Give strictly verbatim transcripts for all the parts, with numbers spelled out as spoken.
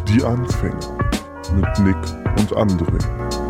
Die Anfänger mit Nick und André.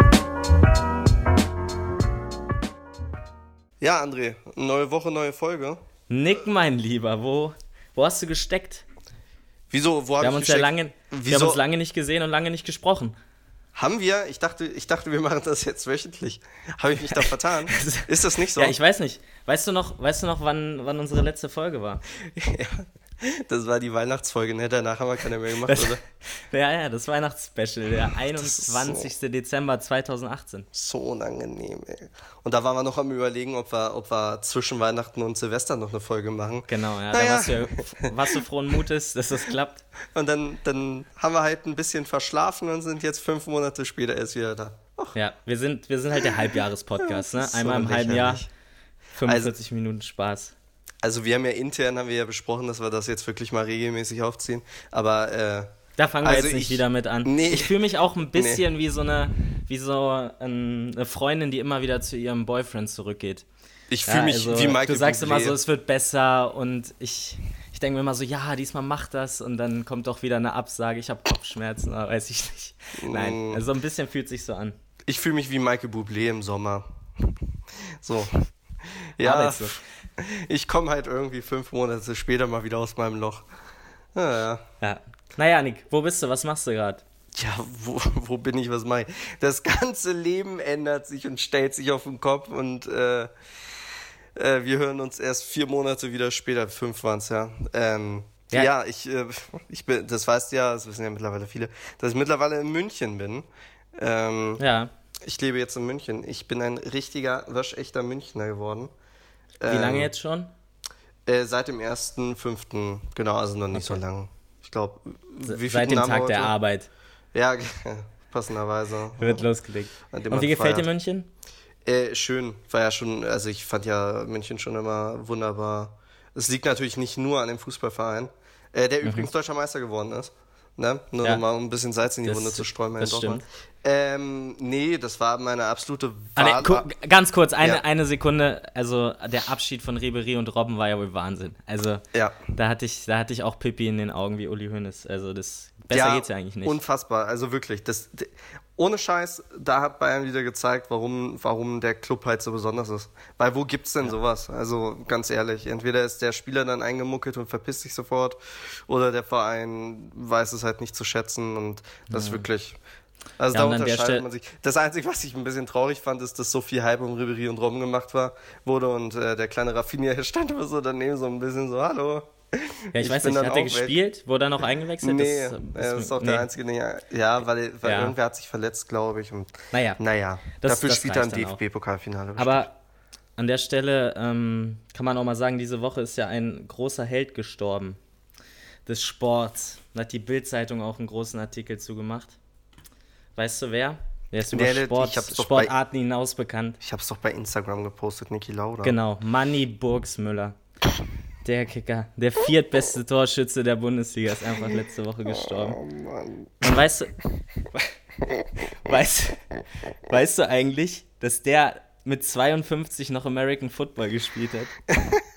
Ja, André, neue Woche, neue Folge. Nick, mein Lieber, wo, wo hast du gesteckt? Wieso, wo hab wir haben ich uns gesteckt? ja lange, Wir haben uns lange nicht gesehen und lange nicht gesprochen. Haben wir? Ich dachte, ich dachte, wir machen das jetzt wöchentlich. Habe ich mich da vertan? Ist das nicht so? Ja, ich weiß nicht. Weißt du noch, weißt du noch wann, wann unsere letzte Folge war? Ja, das war die Weihnachtsfolge, ne? Danach haben wir keine mehr gemacht, das, oder? Ja, ja, das Weihnachtsspecial, der einundzwanzigster so, Dezember zweitausendachtzehn. So unangenehm, ey. Und da waren wir noch am Überlegen, ob wir, ob wir zwischen Weihnachten und Silvester noch eine Folge machen. Genau, ja. Naja. Da warst du, warst du frohen Mutes, dass das klappt. Und dann, dann haben wir halt ein bisschen verschlafen und sind jetzt fünf Monate später erst wieder da. Och. Ja, wir sind, wir sind halt der Halbjahres-Podcast, ne? So Einmal im halben Jahr, lächerlich. fünfundvierzig also, Minuten Spaß. Also wir haben ja intern, haben wir ja besprochen, dass wir das jetzt wirklich mal regelmäßig aufziehen, aber äh, da fangen wir also jetzt nicht ich, wieder mit an. Nee, ich fühle mich auch ein bisschen nee. wie so eine, wie so eine Freundin, die immer wieder zu ihrem Boyfriend zurückgeht. Ich fühle ja, mich also, wie Michael Du sagst Bublé. immer so, es wird besser und ich, ich denke mir immer so, ja, diesmal mach das und dann kommt doch wieder eine Absage, ich habe Kopfschmerzen, oder weiß ich nicht. Nein, also ein bisschen fühlt sich so an. Ich fühle mich wie Michael Bublé im Sommer. So. Ja, Arbeitslos. Ich komme halt irgendwie fünf Monate später mal wieder aus meinem Loch. Ja, ja. Ja. Naja, Nick, wo bist du? Was machst du gerade? Ja, wo, wo bin ich, was mache ich? Das ganze Leben ändert sich und stellt sich auf den Kopf und äh, äh, wir hören uns erst vier Monate wieder später, fünf waren es ja. Ähm, ja. Ja, ich, äh, ich bin, das weißt du ja, das wissen ja mittlerweile viele, dass ich mittlerweile in München bin. Ähm, ja. Ich lebe jetzt in München. Ich bin ein richtiger, waschechter Münchner geworden. Wie ähm, lange jetzt schon? Äh, seit dem ersten fünften Genau, also noch nicht okay. so lang. Ich glaube, wie Seit dem Tag der Arbeit. Ja, passenderweise. Wird losgelegt. Und wie gefällt dir München? Äh, schön. War ja schon, also ich fand ja München schon immer wunderbar. Es liegt natürlich nicht nur an dem Fußballverein, äh, der mhm. übrigens deutscher Meister geworden ist. Ne? Nur ja. nochmal, um ein bisschen Salz in die das, Wunde zu streuen. Das stimmt. Ähm, nee, das war meine absolute Wahl. Ah, nee, gu- ganz kurz, eine, ja. eine Sekunde. Also der Abschied von Ribéry und Robben war ja wohl Wahnsinn. Also ja. da hatte ich, da hatte ich auch Pipi in den Augen wie Uli Hoeneß. Also das besser ja, geht's ja eigentlich nicht. Unfassbar, also wirklich. Das, d- ohne Scheiß, da hat Bayern wieder gezeigt, warum, warum der Club halt so besonders ist. Weil wo gibt's denn ja. sowas? Also ganz ehrlich, entweder ist der Spieler dann eingemuckelt und verpisst sich sofort, oder der Verein weiß es halt nicht zu schätzen und das ja. ist wirklich. Also ja, da unterscheidet man sich. Das Einzige, was ich ein bisschen traurig fand, ist, dass so viel Hype um Ribéry und Robben gemacht war, wurde und äh, der kleine Rafinha hier stand immer so daneben so ein bisschen so, hallo. Ja, ich, ich weiß nicht, hat er gespielt? Weg. Wurde er noch eingewechselt? Nee, das, das ist doch nee. der einzige, den ja, weil, weil ja. irgendwer hat sich verletzt, glaube ich. Und naja, naja das, dafür das spielt er im D F B-Pokalfinale. Aber an der Stelle ähm, kann man auch mal sagen, diese Woche ist ja ein großer Held gestorben des Sports. Da hat die Bild-Zeitung auch einen großen Artikel zugemacht. Weißt du wer? Der ist über nee, Sport, Sportarten bei, hinaus bekannt. Ich hab's doch bei Instagram gepostet, Niki Lauda. Genau, Manni Burgsmüller. Der Kicker, der viertbeste Torschütze der Bundesliga, ist einfach letzte Woche gestorben. Oh Mann. Und weißt du, weißt, weißt du eigentlich, dass der mit zweiundfünfzig noch American Football gespielt hat?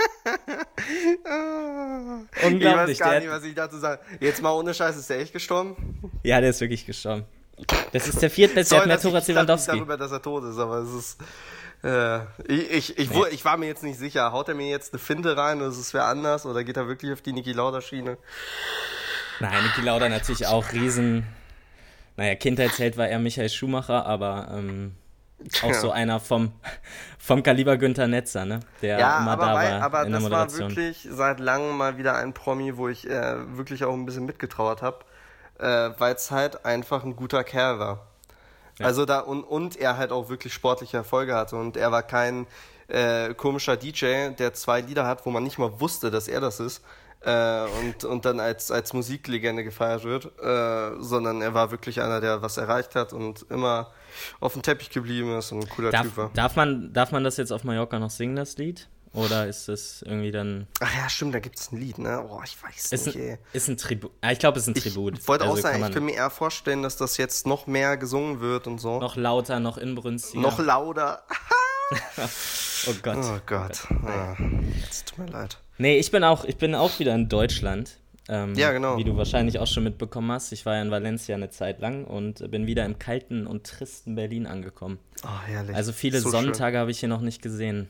Unglaublich. Ich weiß gar der nicht, was ich dazu sagen. Jetzt mal ohne Scheiß, ist der echt gestorben? Ja, der ist wirklich gestorben. Das ist der viertbeste, der hat mehr Tore als Lewandowski. Ich darüber, dass er tot ist, aber es ist... Äh, ich, ich, ich, nee. ich war mir jetzt nicht sicher, haut er mir jetzt eine Finte rein oder ist es wer anders oder geht er wirklich auf die Niki Lauda-Schiene? Nein, Niki Lauda natürlich auch riesen... Naja, Kindheitsheld war eher Michael Schumacher, aber ähm, auch ja. so einer vom, vom Kaliber Günther Netzer, ne? Der ja, immer aber da weil, war aber in der das Moderation. War wirklich seit langem mal wieder ein Promi, wo ich äh, wirklich auch ein bisschen mitgetrauert habe, äh, weil es halt einfach ein guter Kerl war. Ja. Also da und, und er halt auch wirklich sportliche Erfolge hatte und er war kein äh, komischer D J, der zwei Lieder hat, wo man nicht mal wusste, dass er das ist äh, und, und dann als, als Musiklegende gefeiert wird, äh, sondern er war wirklich einer, der was erreicht hat und immer auf dem Teppich geblieben ist und ein cooler darf, Typ war. Darf man, darf man das jetzt auf Mallorca noch singen, das Lied? Oder ist das irgendwie dann... Ach ja, stimmt, da gibt es ein Lied, ne? Oh, ich weiß ist nicht, ein, ey. Ist ein Tribut. Ich glaube, es ist ein Tribut. Ich wollte also auch sagen, kann ich kann mir eher vorstellen, dass das jetzt noch mehr gesungen wird und so. Noch lauter, noch inbrünstiger. Noch lauter. Oh Gott. Oh Gott. Oh Gott. Ja. Es tut mir leid. Nee, ich bin auch, ich bin auch wieder in Deutschland. Ähm, Ja, genau. Wie du wahrscheinlich auch schon mitbekommen hast, ich war ja in Valencia eine Zeit lang und bin wieder im kalten und tristen Berlin angekommen. Oh, herrlich. Also viele So Sonntage habe ich hier noch nicht gesehen.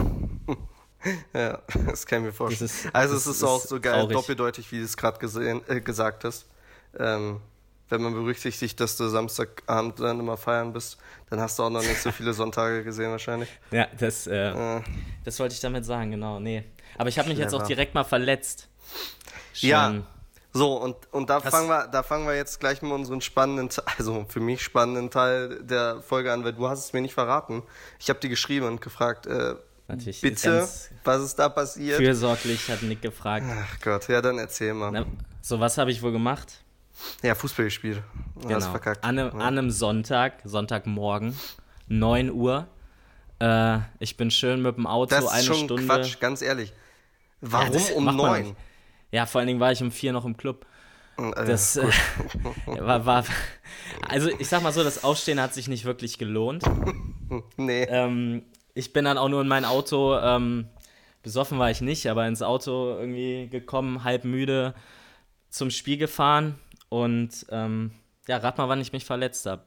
Ja, das kann ich mir vorstellen. Das ist- also das es ist ist auch so geil, traurig. doppeldeutig, wie du es gerade gesehen, äh, gesagt hast. Ähm, wenn man berücksichtigt, dass du Samstagabend dann immer feiern bist, dann hast du auch noch nicht so viele Sonntage gesehen wahrscheinlich. Ja, das, äh, Äh, das wollte ich damit sagen, genau. Nee. Aber ich habe mich jetzt auch Clever. direkt mal verletzt. Schon. Ja. So, und, und da, Hast- fangen wir, da fangen wir jetzt gleich mit unserem spannenden, Te- also für mich spannenden Teil der Folge an, weil du hast es mir nicht verraten. Ich habe dir geschrieben und gefragt, äh, Natürlich. ist bitte, ganz was ist da passiert? fürsorglich hat Nick gefragt. Ach Gott, ja, dann erzähl mal. Na, so, was habe ich wohl gemacht? Ja, Fußball gespielt. Hast Genau. verkackt. An, einem- ja. an einem Sonntag, Sonntagmorgen, neun Uhr. Äh, ich bin schön mit dem Auto Das ist eine schon Stunde. Quatsch, ganz ehrlich. Warum Ja, das um macht man neun? nicht. Ja, vor allen Dingen war ich um vier noch im Club. Äh, Das äh, war, war. Also, ich sag mal so, das Aufstehen hat sich nicht wirklich gelohnt. nee. Ähm, ich bin dann auch nur in mein Auto, ähm, besoffen war ich nicht, aber ins Auto irgendwie gekommen, halb müde zum Spiel gefahren und ähm, ja, rat mal, wann ich mich verletzt habe.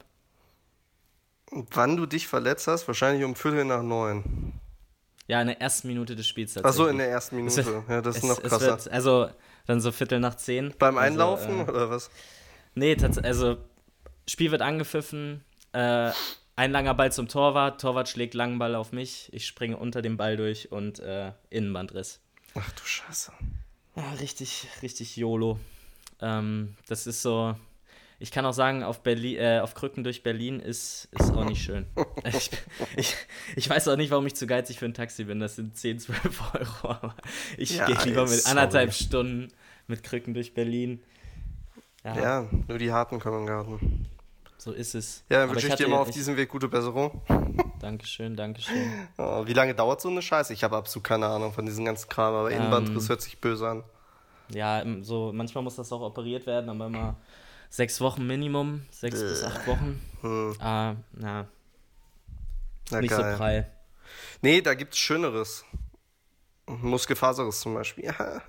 Wann du dich verletzt hast? Wahrscheinlich um Viertel nach neun. Ja, in der ersten Minute des Spiels Ach tatsächlich. so, in der ersten Es Minute. wird- Ja, das ist es, noch es krasser. wird, also dann so Viertel nach zehn. Beim Also, Einlaufen äh, oder was? Nee, tats- also Spiel wird angepfiffen, äh, ein langer Ball zum Torwart, Torwart schlägt langen Ball auf mich, ich springe unter dem Ball durch und äh, Innenbandriss. Ach du Scheiße. Ja, richtig, richtig YOLO. Ähm, das ist so, ich kann auch sagen, auf, Berlin, äh, auf Krücken durch Berlin ist, ist auch nicht schön. ich, ich, ich weiß auch nicht, warum ich zu geizig für ein Taxi bin, das sind zehn, zwölf Euro, aber ich Ja, gehe lieber ey, mit sorry. anderthalb Stunden mit Krücken durch Berlin. Ja, Ja, nur die Harten kommen Garten. so ist es. Ja, dann Aber wünsche ich hatte dir mal auf nicht- diesem Weg gute Besserung. Dankeschön, Dankeschön. Oh, wie lange dauert so eine Scheiße? Ich habe absolut keine Ahnung von diesem ganzen Kram, aber Ähm, Innenbandriss hört sich böse an. Ja, im- so manchmal muss das auch operiert werden, aber immer sechs Wochen Minimum, sechs bis acht Wochen. Hm, Ah, na, na nicht geil. so prall. Nee, da gibt's Schöneres. Muskelfaserriss zum Beispiel.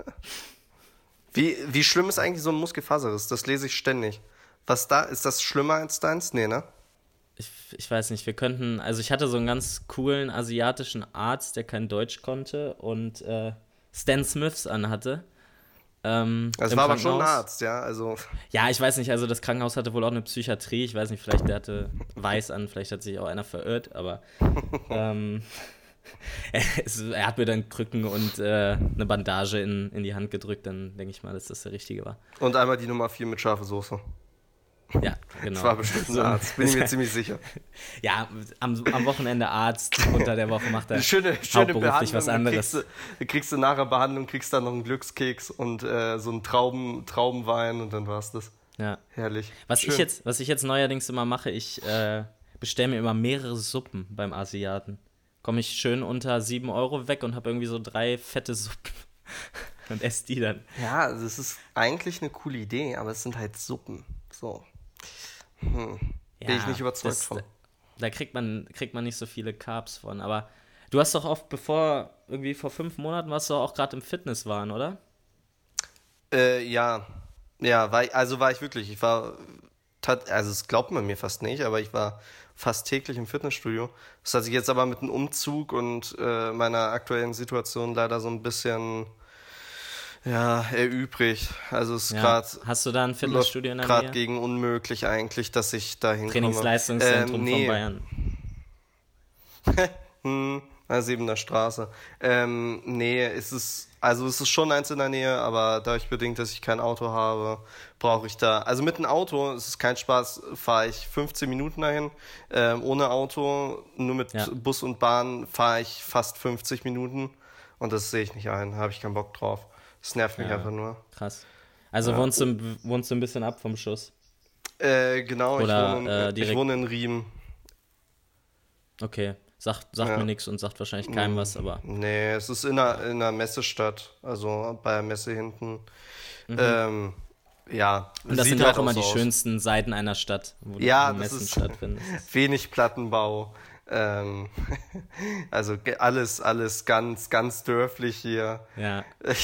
Wie, wie schlimm ist eigentlich so ein Muskelfaserriss? Das lese ich ständig. Was da, ist das schlimmer als deins? Nee, ne? Ich, ich weiß nicht, wir könnten, also ich hatte so einen ganz coolen asiatischen Arzt, der kein Deutsch konnte und äh, Stan Smiths anhatte. Ähm, Das im war aber schon ein Krankenhaus. Arzt, ja. Also, Ja, ich weiß nicht, also das Krankenhaus hatte wohl auch eine Psychiatrie, ich weiß nicht, vielleicht der hatte weiß an, vielleicht hat sich auch einer verirrt, aber ähm, es, er hat mir dann Krücken und äh, eine Bandage in, in die Hand gedrückt, dann denke ich mal, dass das der richtige war. und einmal die Nummer vier mit scharfer Soße. Ja, genau. Das war bestimmt ein So, Arzt, bin ich mir ziemlich sicher. Ja, am, am Wochenende Arzt, unter der Woche macht er Eine schöne, schöne hauptberuflich Behandlung. was Dann anderes. kriegst, du, dann kriegst du nach der Behandlung kriegst dann noch einen Glückskeks und äh, so einen Trauben, Traubenwein und dann war's das. Ja. Herrlich. Was Schön. ich jetzt, was ich jetzt neuerdings immer mache, ich äh, bestelle mir immer mehrere Suppen beim Asiaten. Komme ich schön unter sieben Euro weg und habe irgendwie so drei fette Suppen und esse die dann. Ja, also es ist eigentlich eine coole Idee, aber es sind halt Suppen. So. Hm. Bin Ja, ich nicht überzeugt das, von. Da kriegt man, kriegt man nicht so viele Carbs von. Aber du hast doch oft, bevor, irgendwie vor fünf Monaten warst du auch gerade im Fitnesswahn, oder? Äh, ja. Ja, war ich, also war ich wirklich. Ich war, tat, also es glaubt man mir fast nicht, aber ich war fast täglich im Fitnessstudio. Das hat sich jetzt aber mit dem Umzug und äh, meiner aktuellen Situation leider so ein bisschen ja, erübrigt. Also es ist Ja. gerade Hast du da ein Fitnessstudio in der gerade Nähe? gegen unmöglich eigentlich, dass ich da hinkomme. Trainingsleistungszentrum Ähm, nee. von Bayern. Hm, na, Siebener Straße. Ähm, nee, es ist, also es ist schon eins in der Nähe, aber dadurch bedingt, dass ich kein Auto habe, brauche ich da, also mit einem Auto, es ist kein Spaß, fahre ich fünfzehn Minuten dahin, ähm, ohne Auto, nur mit Ja. Bus und Bahn fahre ich fast fünfzig Minuten und das sehe ich nicht ein, habe ich keinen Bock drauf. Das nervt mich Ja. einfach nur. Krass. Also Ja. wohnst, du, wohnst du ein bisschen ab vom Schuss? Äh, genau, Oder, ich, wohne in, äh, ich direkt- wohne in Riem. Okay. Sagt, sagt Ja. mir nichts und sagt wahrscheinlich keinem was, aber Nee, es ist in einer, in einer Messestadt, also bei der Messe hinten. Ähm, ja, Mhm. und das sieht sind ja halt auch immer so die aus. schönsten Seiten einer Stadt, wo Ja, die das Messen ist- stattfinden. Wenig Plattenbau. Ähm, also ge- alles, alles ganz, ganz dörflich hier. Ja, Ich,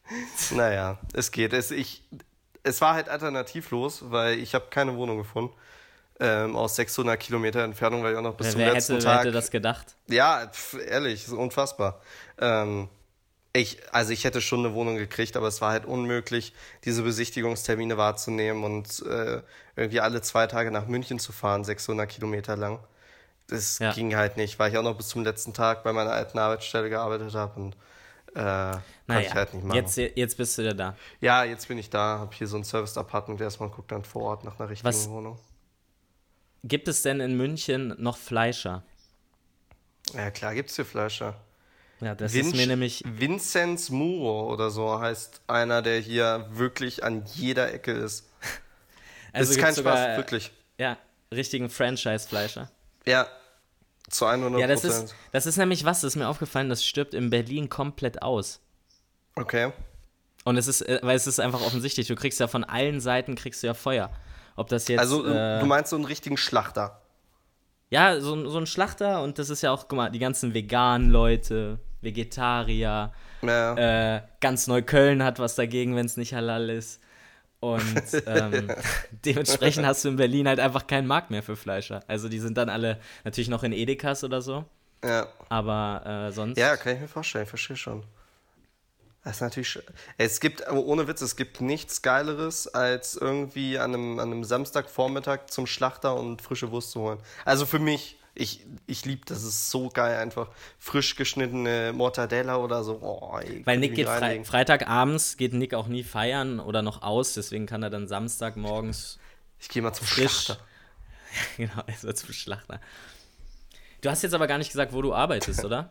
Naja, es geht. Es, ich, es war halt alternativlos, weil ich habe keine Wohnung gefunden. Ähm, aus sechshundert Kilometer Entfernung, weil ich auch noch bis wer, zum wer letzten hätte, Tag... Wer hätte das gedacht? Ja, pf, ehrlich, ist unfassbar. Ähm, ich, also ich hätte schon eine Wohnung gekriegt, aber es war halt unmöglich, diese Besichtigungstermine wahrzunehmen und äh, irgendwie alle zwei Tage nach München zu fahren, sechshundert Kilometer lang. Das Ja. ging halt nicht, weil ich auch noch bis zum letzten Tag bei meiner alten Arbeitsstelle gearbeitet habe und äh, konnte Naja, ich halt nicht machen. jetzt, jetzt bist du ja da. Ja, jetzt bin ich da, habe hier so ein Service-Apartment erstmal und gucke dann vor Ort nach einer richtigen Was- Wohnung. Gibt es denn in München noch Fleischer? Ja, klar gibt's hier Fleischer. Ja, das Vinc- ist mir nämlich... Vincenz Muro oder so heißt einer, der hier wirklich an jeder Ecke ist. Also ist kein gibt's sogar, Spaß, wirklich. Ja, richtigen Franchise-Fleischer. Ja, zu hundert Ja, das Prozent. ist, das ist nämlich was, das ist mir aufgefallen, das stirbt in Berlin komplett aus. Okay. Und es ist, äh, weil es ist einfach offensichtlich, du kriegst ja von allen Seiten, kriegst du ja Feuer. Ob das jetzt, Also äh, du meinst so einen richtigen Schlachter. ja, so, so ein Schlachter und das ist ja auch, guck mal, die ganzen veganen Leute, Vegetarier, Ja. äh, ganz Neukölln hat was dagegen, wenn es nicht halal ist. Und ähm, dementsprechend hast du in Berlin halt einfach keinen Markt mehr für Fleischer. Also die sind dann alle natürlich noch in Edekas oder so, ja. aber äh, sonst... Ja, kann ich mir vorstellen, ich verstehe schon. Das ist natürlich. sch- Es gibt, aber ohne Witz, es gibt nichts Geileres, als irgendwie an einem, an einem Samstagvormittag zum Schlachter und frische Wurst zu holen. Also für mich, ich, ich liebe das, ist so geil einfach. Frisch geschnittene Mortadella oder so. Oh, ey, Weil kann Nick ich geht mich Fre reinlegen. Freitagabends, geht Nick auch nie feiern oder noch aus, deswegen kann er dann Samstagmorgens, Ich gehe mal zum frisch- Schlachter. genau, also zum Schlachter. Du hast jetzt aber gar nicht gesagt, wo du arbeitest, oder?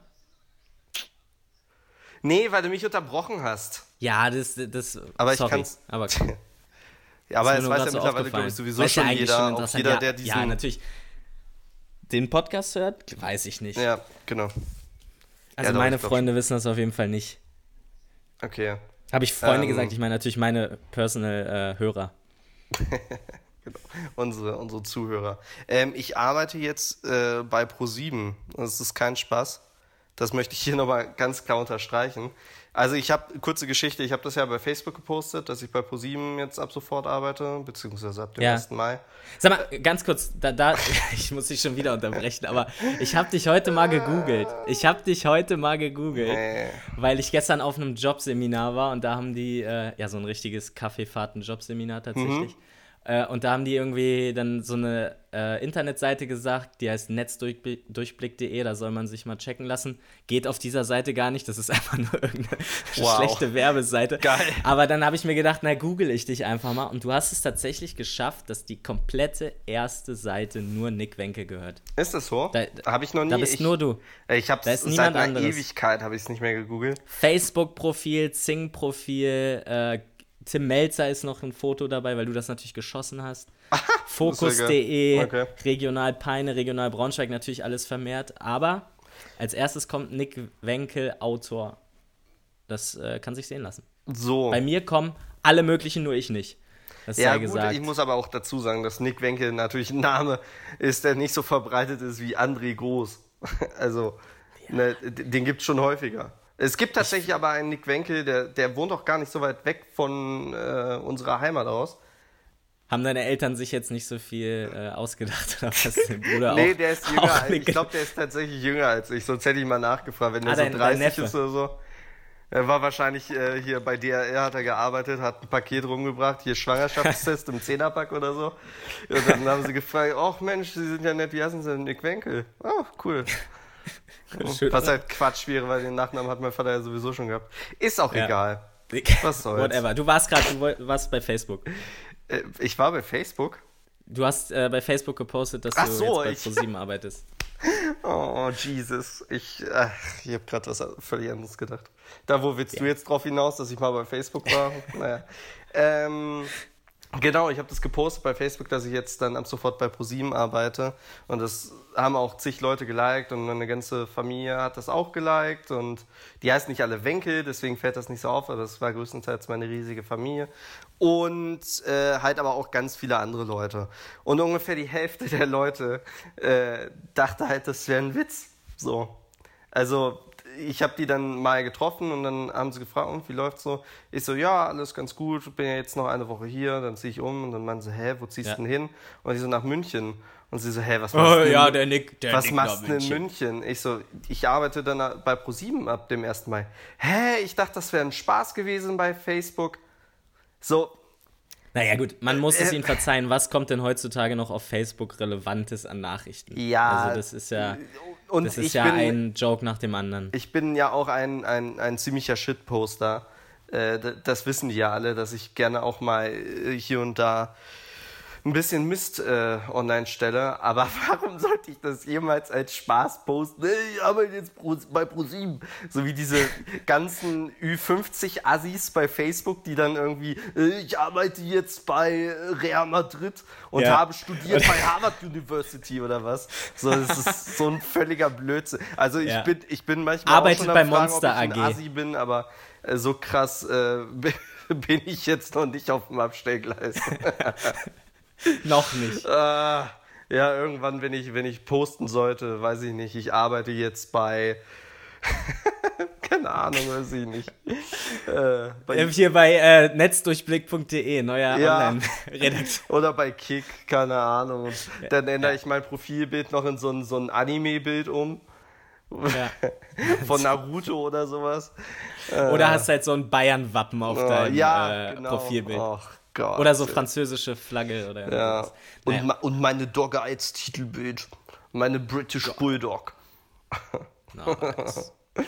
Nee, weil du mich unterbrochen hast. Ja, das, das Aber ich sorry, kann's- aber Ja, aber ist es mir nur weiß ja grad so mittlerweile, aufgefallen. glaube ich, sowieso Weiß ja schon eigentlich jeder. schon Auch interessant. jeder, ja, der diesen. ja, natürlich. Den Podcast hört, weiß ich nicht. Ja, genau. also doch, meine ich glaub Freunde wissen das auf jeden Fall nicht. Okay. Habe ich Freunde Ähm. gesagt, ich meine natürlich meine Personal äh, Hörer. Genau. Unsere, unsere Zuhörer. Ähm, ich arbeite jetzt äh, bei ProSieben. Das ist kein Spaß. Das möchte ich hier nochmal ganz klar unterstreichen. Also ich habe, kurze Geschichte, ich habe das ja bei Facebook gepostet, dass ich bei ProSieben jetzt ab sofort arbeite, beziehungsweise ab dem Ja. ersten Mai. Sag mal, ganz kurz, da, da, ich muss dich schon wieder unterbrechen, aber ich habe dich heute mal gegoogelt. Ich habe dich heute mal gegoogelt, Nee. weil ich gestern auf einem Jobseminar war und da haben die, äh, ja, so ein richtiges Kaffeefahrten-Jobseminar tatsächlich. Äh, und da haben die irgendwie dann so eine äh, Internetseite gesagt, die heißt netzdurchblick punkt de, da soll man sich mal checken lassen. Geht auf dieser Seite gar nicht, das ist einfach nur irgendeine Wow. schlechte Werbeseite. Geil. Aber dann habe ich mir gedacht, na, google ich dich einfach mal. Und du hast es tatsächlich geschafft, dass die komplette erste Seite nur Nick Wenke gehört. Ist das so? Da- Habe ich noch nie. Da bist ich, nur du. Ich habe da ist seit niemand einer anderes. Ewigkeit habe ich es nicht mehr gegoogelt. Facebook-Profil, Zing-Profil, äh, Tim Melzer ist noch ein Foto dabei, weil du das natürlich geschossen hast. Fokus punkt de, Okay. Regional Peine, Regional Braunschweig, natürlich alles vermehrt. Aber als erstes kommt Nick Wenkel, Autor. Das äh, kann sich sehen lassen. So. Bei mir kommen alle möglichen, nur ich nicht. Das Ja, sei gut, gesagt. ich muss aber auch dazu sagen, dass Nick Wenke natürlich ein Name ist, der nicht so verbreitet ist wie André Groß. Also, ne, d- den gibt es schon häufiger. Es gibt tatsächlich aber einen Nick Wenke, der, der wohnt auch gar nicht so weit weg von äh, unserer Heimat aus. Haben deine Eltern sich jetzt nicht so viel äh, ausgedacht? Oder was den Bruder Nee, auch, der ist jünger. auch Als, ich glaube, der ist tatsächlich jünger als ich. Sonst hätte ich mal nachgefragt, wenn der Ah, so dein- dein dreißig Neffe. ist oder so. Er war wahrscheinlich äh, hier bei D R R, hat er gearbeitet, hat ein Paket rumgebracht, hier Schwangerschaftstest im Zehnerpack oder so. Und dann haben sie gefragt, ach Mensch, Sie sind ja nett, wie heißen Sie denn? Nick Wenkel? Oh, cool. Schön, Was oder? halt Quatsch wäre, weil den Nachnamen hat mein Vater ja sowieso schon gehabt. Ist auch Ja. egal. Was soll's. Whatever. Du warst gerade, du woll- warst bei Facebook. Äh, Ich war bei Facebook. Du hast äh, bei Facebook gepostet, dass Ach du so, jetzt bei ich- ProSieben arbeitest. Oh, Jesus. Ich, ach, ich habe gerade was völlig anderes gedacht. Da, wo willst du jetzt drauf hinaus, dass ich mal bei Facebook war? Naja. Ähm, genau, ich habe das gepostet bei Facebook, dass ich jetzt dann ab sofort bei ProSieben arbeite. Und das haben auch zig Leute geliked und meine ganze Familie hat das auch geliked. Und die heißen nicht alle Wenkel, deswegen fällt das nicht so auf, aber das war größtenteils meine riesige Familie. Und äh, halt aber auch ganz viele andere Leute. Und ungefähr die Hälfte der Leute äh, dachte halt, das wäre ein Witz. So. Also ich habe die dann mal getroffen und dann haben sie gefragt, und wie läuft's so? Ich so, ja, alles ganz gut, bin ja jetzt noch eine Woche hier, dann ziehe ich um und dann meinen sie, hä, wo ziehst du Ja. denn hin? Und ich so, nach München. Und sie so, hä, was machst Oh, du ja, denn, der Nick, der was Nick machst nach du in München? Ich so, ich arbeite dann bei ProSieben ab dem ersten Mai. Hä, ich dachte, das wäre ein Spaß gewesen bei Facebook. So, Naja gut, man muss es Äh, ihnen verzeihen, was kommt denn heutzutage noch auf Facebook Relevantes an Nachrichten? ja. Also das ist ja, und das ist ich ja bin, ein Joke nach dem anderen. Ich bin ja auch ein, ein, ein ziemlicher Shitposter. Äh, d- das wissen die ja alle, dass ich gerne auch mal äh, hier und da ein bisschen Mist äh, online stelle. Aber warum sollte ich das jemals als Spaß posten? Nee, ich arbeite jetzt pro, bei ProSieben. So wie diese ganzen Ü fünfzig Assis bei Facebook, die dann irgendwie, äh, ich arbeite jetzt bei Real Madrid und Ja. habe studiert bei Harvard University oder was. So, das ist so ein völliger Blödsinn. Also ich, Ja. bin, ich bin manchmal Arbeitet auch schon bei am Fragen, Monster ob ich ein A G. Assi bin, aber äh, so krass äh, bin ich jetzt noch nicht auf dem Abstellgleis. Noch nicht. Ah, ja, irgendwann, wenn ich, wenn ich posten sollte, weiß ich nicht, ich arbeite jetzt bei, keine Ahnung, weiß ich nicht. Äh, bei, Äh, Hier bei äh, netzdurchblick punkt de, neuer Ja. Online-Redakteur. oder bei Kick, keine Ahnung. Und dann ändere ich mein Profilbild noch in so ein, so ein Anime-Bild um. Ja. Von Naruto oder sowas. Oder hast halt so ein Bayern-Wappen auf Oh, deinem ja, äh, genau. Profilbild. Ach Gott. Oder so französische Flagge oder Ja. sowas. Und, Naja. ma- und meine Dogge als Titelbild. Meine British Bulldog. Nice.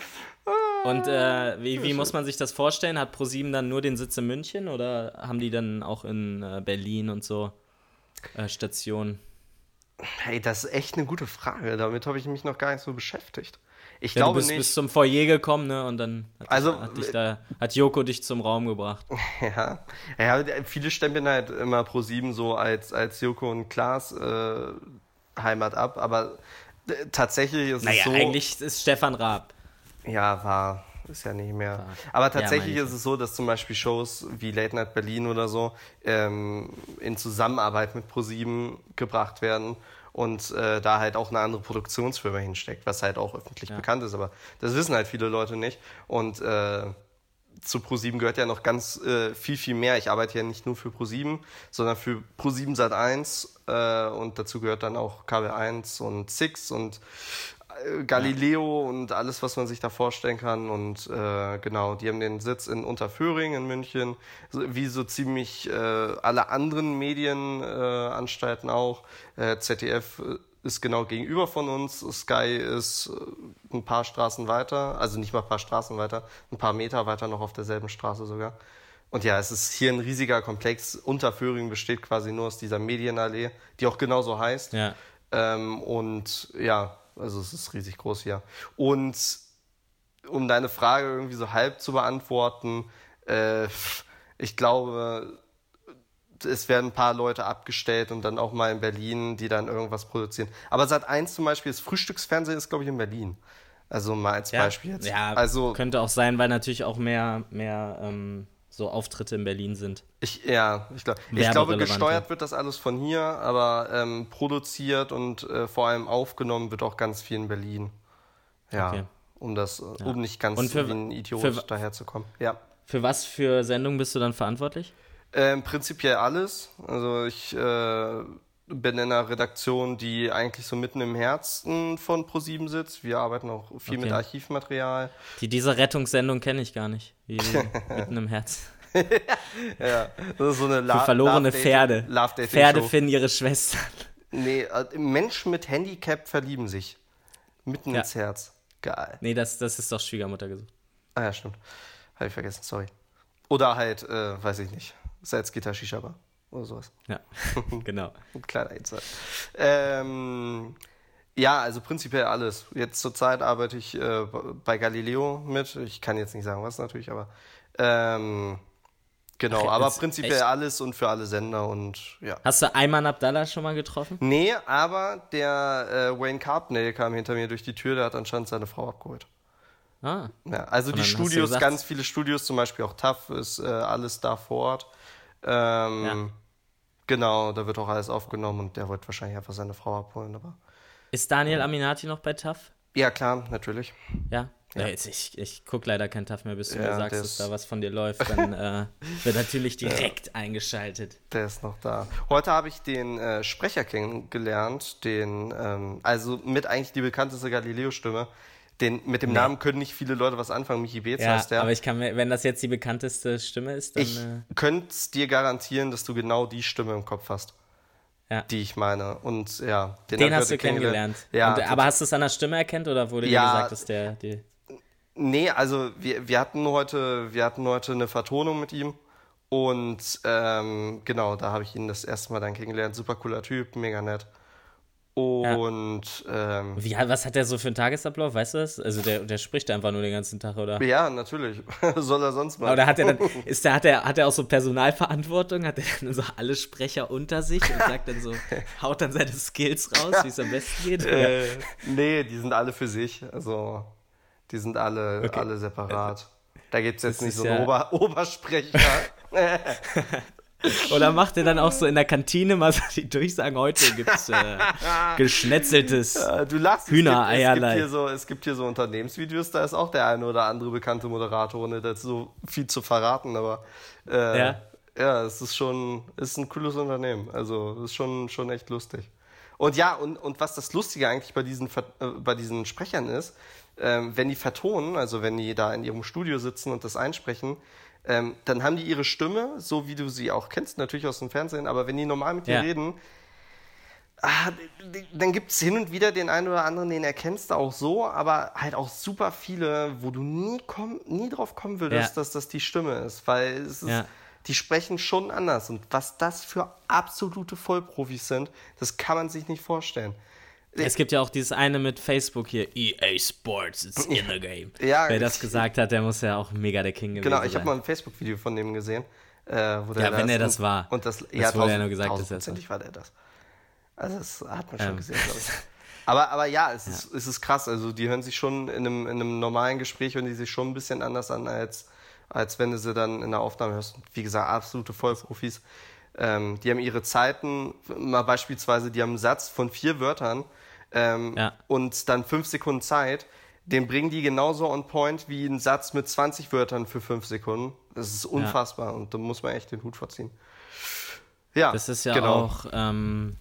Und äh, wie, wie muss man sich das vorstellen? Hat ProSieben dann nur den Sitz in München oder haben die dann auch in äh, Berlin und so äh, Stationen? Hey, das ist echt eine gute Frage. Damit habe ich mich noch gar nicht so beschäftigt. Ich Ja, du glaube bist nicht. bis zum Foyer gekommen, ne? Und dann hat, Also, dich, hat, dich da, hat Joko dich zum Raum gebracht. Ja. ja, viele stempeln halt immer ProSieben so als, als Joko und Klaas äh, Heimat ab, aber äh, tatsächlich ist Naja, es so. eigentlich ist Stefan Raab. Ja, war. Ist ja nicht mehr. War. Aber Ja, tatsächlich meine ich. ist es so, dass zum Beispiel Shows wie Late Night Berlin oder so ähm, in Zusammenarbeit mit ProSieben gebracht werden und äh, da halt auch eine andere Produktionsfirma hinsteckt, was halt auch öffentlich Ja. bekannt ist, aber das wissen halt viele Leute nicht. Und äh, zu ProSieben gehört ja noch ganz äh, viel, viel mehr. Ich arbeite ja nicht nur für ProSieben, sondern für ProSieben Sat eins äh, und dazu gehört dann auch K B eins und Six und äh, Galileo und alles, was man sich da vorstellen kann. Und äh, genau, die haben den Sitz in Unterföhring in München, so, wie so ziemlich äh, alle anderen Medienanstalten auch. Äh, Z D F ist genau gegenüber von uns. Sky ist äh, ein paar Straßen weiter, also nicht mal ein paar Straßen weiter, ein paar Meter weiter noch auf derselben Straße sogar. Und ja, es ist hier ein riesiger Komplex. Unterföhring besteht quasi nur aus dieser Medienallee, die auch genauso heißt. Ja. Ähm, und ja, also es ist riesig groß hier. Und um deine Frage irgendwie so halb zu beantworten, äh, ich glaube, es werden ein paar Leute abgestellt und dann auch mal in Berlin, die dann irgendwas produzieren. Aber Sat eins zum Beispiel, das Frühstücksfernsehen ist, glaube ich, in Berlin. Also mal als Ja, Beispiel jetzt. ja, also könnte auch sein, weil natürlich auch mehr, mehr ähm, so Auftritte in Berlin sind. Ich, ja, ich, glaub, ich glaube, Werberelevante. gesteuert wird das alles von hier, aber ähm, produziert und äh, vor allem aufgenommen wird auch ganz viel in Berlin. Ja, Okay. um das, äh, um nicht ganz Und für- wie ein Idiot für- daherzukommen. Ja. Für was für Sendungen bist du dann verantwortlich? Ähm, prinzipiell alles. Also ich äh, bin in einer Redaktion, die eigentlich so mitten im Herzen von ProSieben sitzt. Wir arbeiten auch viel Okay. mit Archivmaterial. Die, diese Rettungssendung kenne ich gar nicht. Wie mitten im Herz. Ja, das ist so eine Für La- verlorene Love-Dating- Pferde. Love-Dating-Show. Pferde finden ihre Schwestern. Nee, äh, Menschen mit Handicap verlieben sich. Mitten Ja. ins Herz. Geil. Nee, das, das ist doch Schwiegermutter gesucht. Ah ja, stimmt. Habe ich vergessen, sorry. Oder halt, äh, weiß ich nicht, Salzgitter Shisha Bar oder sowas. Ja, genau. Ein kleiner Insight. Ähm, ja, also prinzipiell alles. Jetzt zurzeit arbeite ich äh, bei Galileo mit. Ich kann jetzt nicht sagen, was natürlich, aber ähm, genau, Ach, aber jetzt prinzipiell echt? alles und für alle Sender und ja. Hast du Ayman Abdallah schon mal getroffen? Nee, aber der äh, Wayne Carpnell kam hinter mir durch die Tür, der hat anscheinend seine Frau abgeholt. Ah, Ja, also Und die dann hast du Studios, gesagt- ganz viele Studios, zum Beispiel auch T A F ist äh, alles da vor Ort. Ähm, Ja. Genau, da wird auch alles aufgenommen und der wollte wahrscheinlich einfach seine Frau abholen. Aber ist Daniel Aminati noch bei T A F? Ja, klar, natürlich. Ja? Ja. Ja, jetzt, ich ich gucke leider kein T A F mehr, bis du Ja, mir sagst, der dass ist- da was von dir läuft. Dann äh, wird natürlich direkt eingeschaltet. Der ist noch da. Heute habe ich den äh, Sprecher kennengelernt, den, ähm, also mit eigentlich die bekannteste Galileo-Stimme. Den, mit dem Nee. Namen können nicht viele Leute was anfangen. Michi Beetz Ja, heißt der. aber ich kann mir, wenn das jetzt die bekannteste Stimme ist, dann. Ich äh, könnte dir garantieren, dass du genau die Stimme im Kopf hast, ja. die ich meine. Und ja, Den hab ich hast heute du kennengelernt. Ja, Und, aber hast du es an der Stimme erkannt oder wurde Ja. dir gesagt, dass der die. Nee, also wir, wir hatten heute, wir hatten heute eine Vertonung mit ihm und ähm, genau, da habe ich ihn das erste Mal dann kennengelernt. Super cooler Typ, mega nett. Und ja, ähm, Wie, was hat der so für einen Tagesablauf, weißt du das? Also der, der spricht einfach nur den ganzen Tag, oder? ja, natürlich. Soll er sonst mal. Oder hat er dann, ist der, hat er, hat er auch so Personalverantwortung? Hat er dann so alle Sprecher unter sich und sagt dann so, haut dann seine Skills raus, wie es am besten geht? Oder? äh, nee, die sind alle für sich. Also die sind alle, Okay. alle separat. Da gibt es jetzt Das nicht ist so einen ja- Ober Obersprecher. Oder macht er dann auch so in der Kantine mal so die Durchsagen, heute gibt's äh, geschnetzeltes. Äh, Du lachst, Hühnereierlei. es gibt, es, gibt hier so, es gibt hier so Unternehmensvideos, da ist auch der eine oder andere bekannte Moderator, ohne das so viel zu verraten, aber äh, Ja. ja, es ist schon, es ist ein cooles Unternehmen, also es ist schon, schon echt lustig. Und ja, und, und was das Lustige eigentlich bei diesen, Ver- äh, bei diesen Sprechern ist, ähm, wenn die vertonen, also wenn die da in ihrem Studio sitzen und das einsprechen, ähm, dann haben die ihre Stimme, so wie du sie auch kennst, natürlich aus dem Fernsehen, aber wenn die normal mit dir Ja. reden, ah, dann gibt es hin und wieder den einen oder anderen, den erkennst du auch so, aber halt auch super viele, wo du nie, komm, nie drauf kommen würdest, Ja. dass das die Stimme ist, weil es ist, Ja. die sprechen schon anders und was das für absolute Vollprofis sind, das kann man sich nicht vorstellen. Es gibt ja auch dieses eine mit Facebook hier, E A Sports, it's in the game. Ja, Wer das gesagt hat, der muss ja auch mega der King gewesen Genau, sein. ich habe mal ein Facebook-Video von dem gesehen. Äh, wo der Ja, da wenn ist er das und, war. Und das, Das ja, wurde ja nur gesagt, dass er das tausendprozentig war der das. Also das hat man schon Ähm. gesehen, glaube ich. Aber, aber ja, es, Ist, es ist krass. Also die hören sich schon in einem, in einem normalen Gespräch, hören die sich schon ein bisschen anders an, als, als wenn du sie dann in der Aufnahme hörst. Wie gesagt, absolute Vollprofis. Ähm, die haben ihre Zeiten, mal beispielsweise, die haben einen Satz von vier Wörtern ähm, Ja. und dann fünf Sekunden Zeit. Den bringen die genauso on point wie ein Satz mit zwanzig Wörtern für fünf Sekunden. Das ist unfassbar und da muss man echt den Hut vorziehen. Ja, Das ist ja genau. auch, ähm,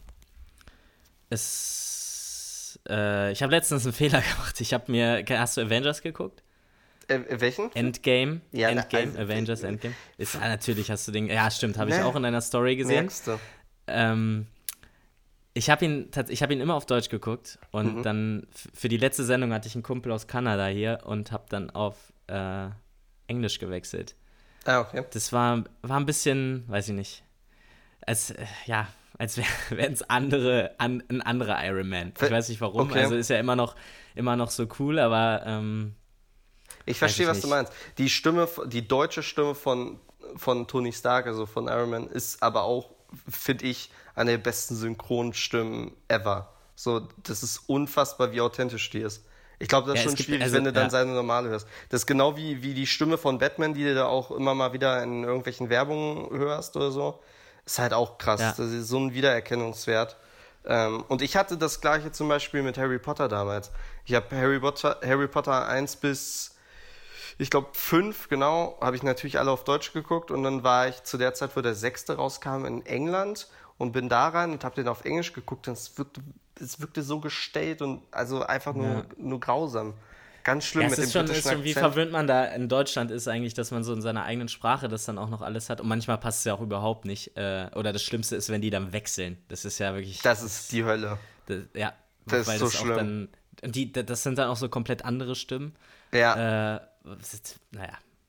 es, äh, ich habe letztens einen Fehler gemacht. Ich habe mir, hast du Avengers geguckt? Äh, welchen? Endgame? Ja, na, Endgame? also, Avengers äh, Endgame? Ist, ah, natürlich hast du den, ja stimmt, habe ich Ne. auch in deiner Story gesehen. Merkst du? Ähm, ich habe ihn, tats- ich hab ihn immer auf Deutsch geguckt und Mhm. dann f- für die letzte Sendung hatte ich einen Kumpel aus Kanada hier und habe dann auf äh, Englisch gewechselt. Ah, okay. Das war, war ein bisschen, weiß ich nicht, als, äh, ja, als wären es andere, an, ein anderer Iron Man. Ich Ver- weiß nicht warum, okay. also ist ja immer noch, immer noch so cool, aber ähm, Ich verstehe, ich was du nicht. meinst. Die Stimme, die deutsche Stimme von, von Tony Stark, also von Iron Man, ist aber auch, finde ich, eine der besten Synchronstimmen ever. So, das ist unfassbar, wie authentisch die ist. Ich glaube, das ist Ja, es schon gibt- schwierig, also, wenn du dann ja. seine normale hörst. Das ist genau wie, wie die Stimme von Batman, die du da auch immer mal wieder in irgendwelchen Werbungen hörst oder so. Ist halt auch krass. Ja. Das ist so ein Wiedererkennungswert. Ähm, und ich hatte das gleiche zum Beispiel mit Harry Potter damals. Ich habe Harry Potter, Harry Potter eins bis, ich glaube, fünf, genau, habe ich natürlich alle auf Deutsch geguckt. Und dann war ich zu der Zeit, wo der sechste rauskam, in England und bin da rein und habe den auf Englisch geguckt. Und es wirkte, es wirkte so gestellt und also einfach nur, Ja. nur grausam. Ganz schlimm ja, mit es dem ist schon, britischen ist schon, wie Akzent. verwöhnt man da in Deutschland ist eigentlich, dass man so in seiner eigenen Sprache das dann auch noch alles hat und manchmal passt es ja auch überhaupt nicht. Äh, oder das Schlimmste ist, wenn die dann wechseln. Das ist ja wirklich, Das ist die Hölle. das, ja, Das ist weil so das schlimm. auch dann, die, das sind dann auch so komplett andere Stimmen. Ja, Äh, das ist, naja,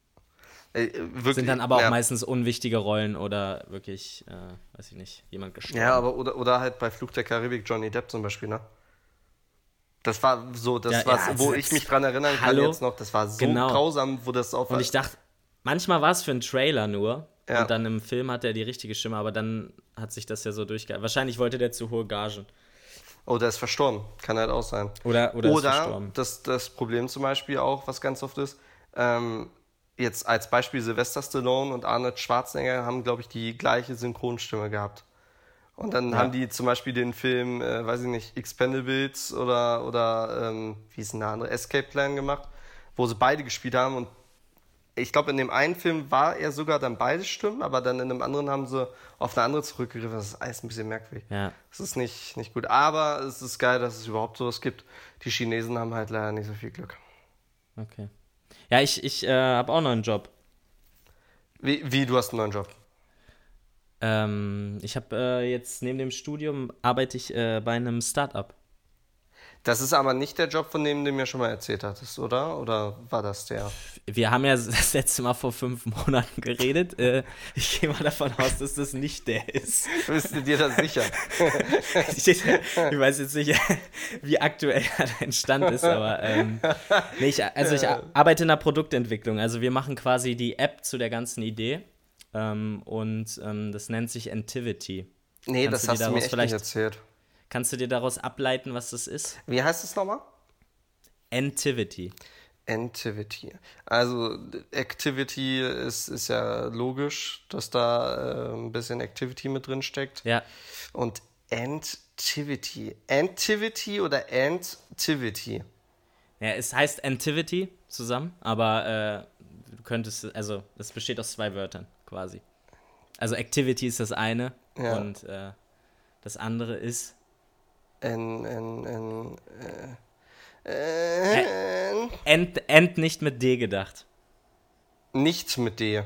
äh, wirklich. sind dann aber auch ja. meistens unwichtige Rollen oder wirklich, äh, weiß ich nicht, jemand gestorben. Ja, aber oder, oder halt bei Flug der Karibik Johnny Depp zum Beispiel, ne? Das war so, das Ja, war, ja, wo das- ich mich dran erinnern kann Hallo? jetzt noch, das war so Genau. grausam, wo das auf... Und ich dachte, manchmal war es für einen Trailer nur. Ja. Und dann im Film hat er die richtige Stimme, aber dann hat sich das ja so durchgehalten. Wahrscheinlich wollte der zu hohe Gagen. Oh, der ist verstorben. Kann halt auch sein. Oder, oder, ist Oder verstorben. das, das Problem zum Beispiel auch, was ganz oft ist, ähm, jetzt als Beispiel Sylvester Stallone und Arnold Schwarzenegger haben, glaube ich, die gleiche Synchronstimme gehabt. Und dann Ja. haben die zum Beispiel den Film, äh, weiß ich nicht, Expendables oder, oder ähm, wie ist denn der andere, Escape Plan gemacht, wo sie beide gespielt haben. Und ich glaube, in dem einen Film war er sogar dann beide Stimmen, aber dann in dem anderen haben sie auf eine andere zurückgegriffen. Das ist alles ein bisschen merkwürdig. Ja. Das ist nicht, nicht gut. Aber es ist geil, dass es überhaupt sowas gibt. Die Chinesen haben halt leider nicht so viel Glück. Okay. Ja, ich, ich äh, habe auch noch einen Job. Wie, wie, du hast einen neuen Job? Ähm, ich habe äh, jetzt neben dem Studium arbeite ich äh, bei einem Startup. Das ist aber nicht der Job, von dem du mir schon mal erzählt hattest, oder? Oder war das der? Wir haben ja das letzte Mal vor fünf Monaten geredet. Äh, ich gehe mal davon aus, dass das nicht der ist. Bist du dir das sicher? Ich, ich weiß jetzt nicht, wie aktuell dein Stand ist, aber ähm, nee, ich, also ich arbeite in der Produktentwicklung. Also wir machen quasi die App zu der ganzen Idee ähm, und ähm, das nennt sich Entivity. Nee, Kannst das du dir hast du mir daraus echt vielleicht- nicht erzählt. Kannst du dir daraus ableiten, was das ist? Wie heißt es nochmal? Entivity. Activity. Also Activity ist, ist ja logisch, dass da äh, ein bisschen Activity mit drin steckt. Ja, Und Antivity. Antivity oder Antivity? ja, es heißt Entivity zusammen, aber äh, du könntest, also es besteht aus zwei Wörtern quasi. Also Activity ist das eine Ja. und äh, das andere ist N, N, N, äh, äh, End, End nicht mit D gedacht. nicht mit D.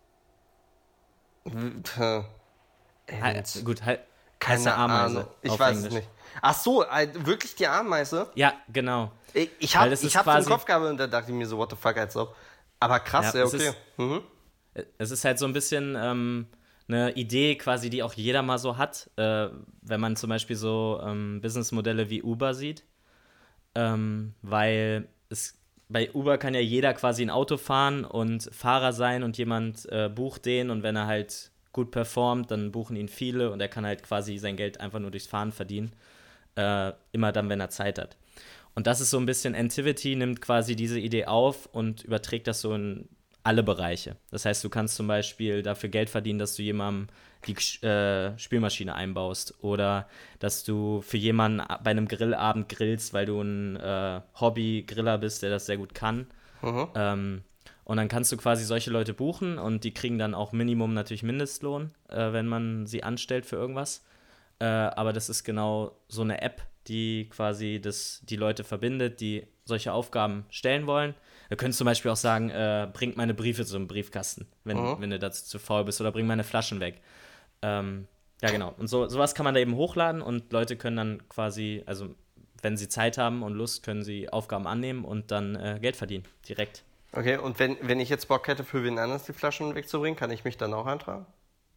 W- äh, Hal- Ent. gut, halt, heißt Keine eine Ameise Ahnung. Ich auf weiß Englisch. es nicht. Ach so, äh, wirklich die Ameise? Ja, genau. Ich, ich Weil habe das ich ist hab so im quasi- Kopf gehabt und da dachte ich mir so, what the fuck, als ob. Aber krass, Ja, ja, es okay. ist- Mhm. Es ist halt so ein bisschen ähm, eine Idee quasi, die auch jeder mal so hat, äh, wenn man zum Beispiel so ähm, Businessmodelle wie Uber sieht, ähm, weil es bei Uber kann ja jeder quasi ein Auto fahren und Fahrer sein und jemand äh, bucht den und wenn er halt gut performt, dann buchen ihn viele und er kann halt quasi sein Geld einfach nur durchs Fahren verdienen, äh, immer dann, wenn er Zeit hat. Und das ist so ein bisschen, Entivity nimmt quasi diese Idee auf und überträgt das so in alle Bereiche. Das heißt, du kannst zum Beispiel dafür Geld verdienen, dass du jemandem die äh, Spülmaschine einbaust oder dass du für jemanden bei einem Grillabend grillst, weil du ein äh, Hobby-Griller bist, der das sehr gut kann. Mhm. Ähm, und dann kannst du quasi solche Leute buchen und die kriegen dann auch Minimum natürlich Mindestlohn, äh, wenn man sie anstellt für irgendwas. Äh, aber das ist genau so eine App, die quasi das, die Leute verbindet, die solche Aufgaben stellen wollen. Du könntest zum Beispiel auch sagen, äh, bring meine Briefe zum Briefkasten, wenn, Mhm. wenn du dazu zu faul bist, oder bring meine Flaschen weg. Ähm, ja, genau. Und so, sowas kann man da eben hochladen und Leute können dann quasi, also wenn sie Zeit haben und Lust, können sie Aufgaben annehmen und dann äh, Geld verdienen, direkt. Okay, und wenn, wenn ich jetzt Bock hätte, für wen anders die Flaschen wegzubringen, kann ich mich dann auch eintragen?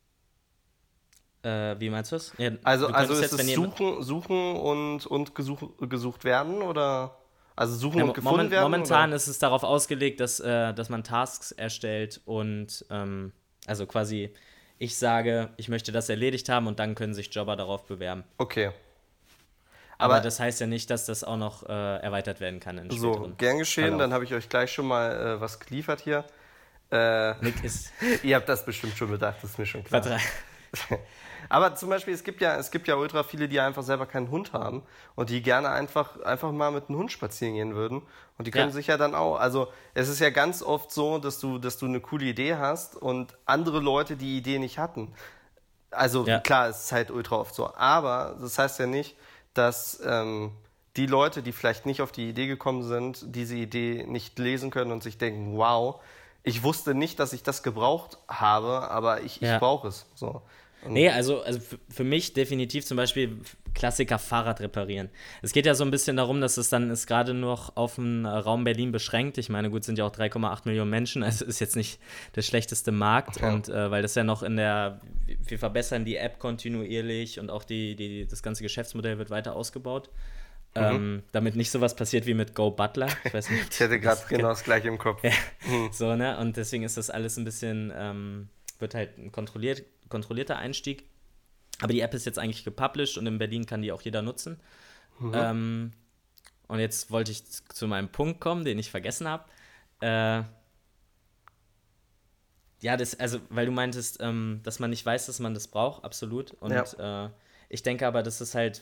Äh, wie meinst du das? Ja, Also, du also könntest ist jetzt, es wenn jemand- suchen, suchen und, und gesuch, gesucht werden oder? Also suchen Ja, und mo- gefunden moment, werden? momentan oder? ist es darauf ausgelegt, dass, äh, dass man Tasks erstellt und ähm, also quasi ich sage, ich möchte das erledigt haben und dann können sich Jobber darauf bewerben. Okay. Aber, Aber- das heißt ja nicht, dass das auch noch äh, erweitert werden kann in So, späteren gern geschehen, Verlauf. dann habe ich euch gleich schon mal äh, was geliefert hier. Äh, Nick ist ihr habt das bestimmt schon bedacht, das ist mir schon klar. vertrei- Aber zum Beispiel, es gibt ja, es gibt ja ultra viele, die einfach selber keinen Hund haben und die gerne einfach, einfach mal mit einem Hund spazieren gehen würden. Und die können Ja. sich ja dann auch, also es ist ja ganz oft so, dass du, dass du eine coole Idee hast und andere Leute die Idee nicht hatten. Also Ja. klar, es ist halt ultra oft so. Aber das heißt ja nicht, dass ähm, die Leute, die vielleicht nicht auf die Idee gekommen sind, diese Idee nicht lesen können und sich denken, wow, ich wusste nicht, dass ich das gebraucht habe, aber ich, ich Ja. brauche es. So. Und Nee, also, also für, für mich definitiv zum Beispiel Klassiker Fahrrad reparieren. Es geht ja so ein bisschen darum, dass es dann ist gerade noch auf den Raum Berlin beschränkt. Ich meine, gut, sind ja auch drei Komma acht Millionen Menschen, also ist jetzt nicht der schlechteste Markt. Ja. Und äh, weil das ja noch in der, wir verbessern die App kontinuierlich und auch die, die, das ganze Geschäftsmodell wird weiter ausgebaut. Mhm. Ähm, damit nicht sowas passiert wie mit Go Butler. Ich weiß nicht, ob Ich hätte gerade genau das gleiche im Kopf. ja, so, ne? Und deswegen ist das alles ein bisschen, ähm, wird halt ein kontrolliert, kontrollierter Einstieg. Aber die App ist jetzt eigentlich gepublished und in Berlin kann die auch jeder nutzen. Ähm, und jetzt wollte ich z- zu meinem Punkt kommen, den ich vergessen habe. Äh, Ja, das, also, weil du meintest, ähm, dass man nicht weiß, dass man das braucht, absolut. Und ja. äh, ich denke aber, dass es halt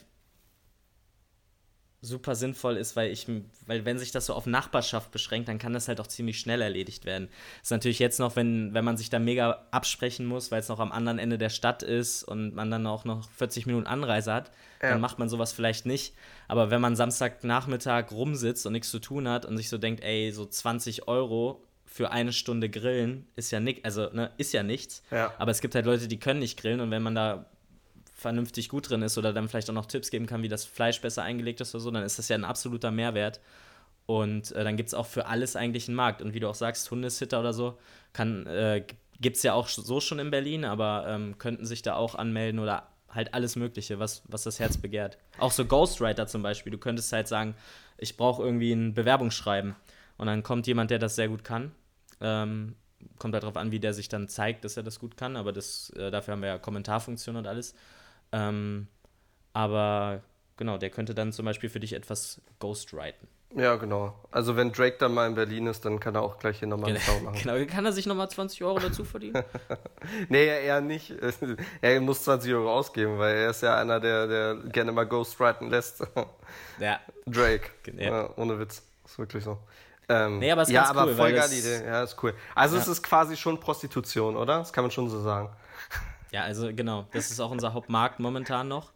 super sinnvoll ist, weil ich, weil wenn sich das so auf Nachbarschaft beschränkt, dann kann das halt auch ziemlich schnell erledigt werden. Das ist natürlich jetzt noch, wenn, wenn man sich da mega absprechen muss, weil es noch am anderen Ende der Stadt ist und man dann auch noch vierzig Minuten Anreise hat, ja. dann macht man sowas vielleicht nicht. Aber wenn man Samstagnachmittag rumsitzt und nichts zu tun hat und sich so denkt, ey, so zwanzig Euro für eine Stunde grillen ist ja nicht, also ne, ist ja nichts. Ja. Aber es gibt halt Leute, die können nicht grillen und wenn man da vernünftig gut drin ist oder dann vielleicht auch noch Tipps geben kann, wie das Fleisch besser eingelegt ist oder so, dann ist das ja ein absoluter Mehrwert. Und äh, dann gibt es auch für alles eigentlich einen Markt. Und wie du auch sagst, Hundesitter oder so, kann, äh, gibt es ja auch so schon in Berlin, aber ähm, könnten sich da auch anmelden oder halt alles Mögliche, was, was das Herz begehrt. Auch so Ghostwriter zum Beispiel. Du könntest halt sagen, ich brauche irgendwie ein Bewerbungsschreiben. Und dann kommt jemand, der das sehr gut kann. Ähm, kommt halt darauf an, wie der sich dann zeigt, dass er das gut kann. Aber das, äh, dafür haben wir ja Kommentarfunktion und alles. Ähm, aber genau, der könnte dann zum Beispiel für dich etwas ghostwriten. Ja, genau. Also wenn Drake dann mal in Berlin ist, dann kann er auch gleich hier nochmal einen Song machen. Genau, kann er sich nochmal zwanzig Euro dazu verdienen? Nee, eher nicht. Er muss zwanzig Euro ausgeben, weil er ist ja einer, der, der gerne mal ghostwriten lässt. Ja. Drake. Ja. Ja, ohne Witz. Ist wirklich so. Ähm, nee, aber es ist ja, ganz aber cool, voll weil geile das, Idee. Ja, ist cool. Also ja. es ist quasi schon Prostitution, oder? Das kann man schon so sagen. Ja, also genau. Das ist auch unser Hauptmarkt momentan noch.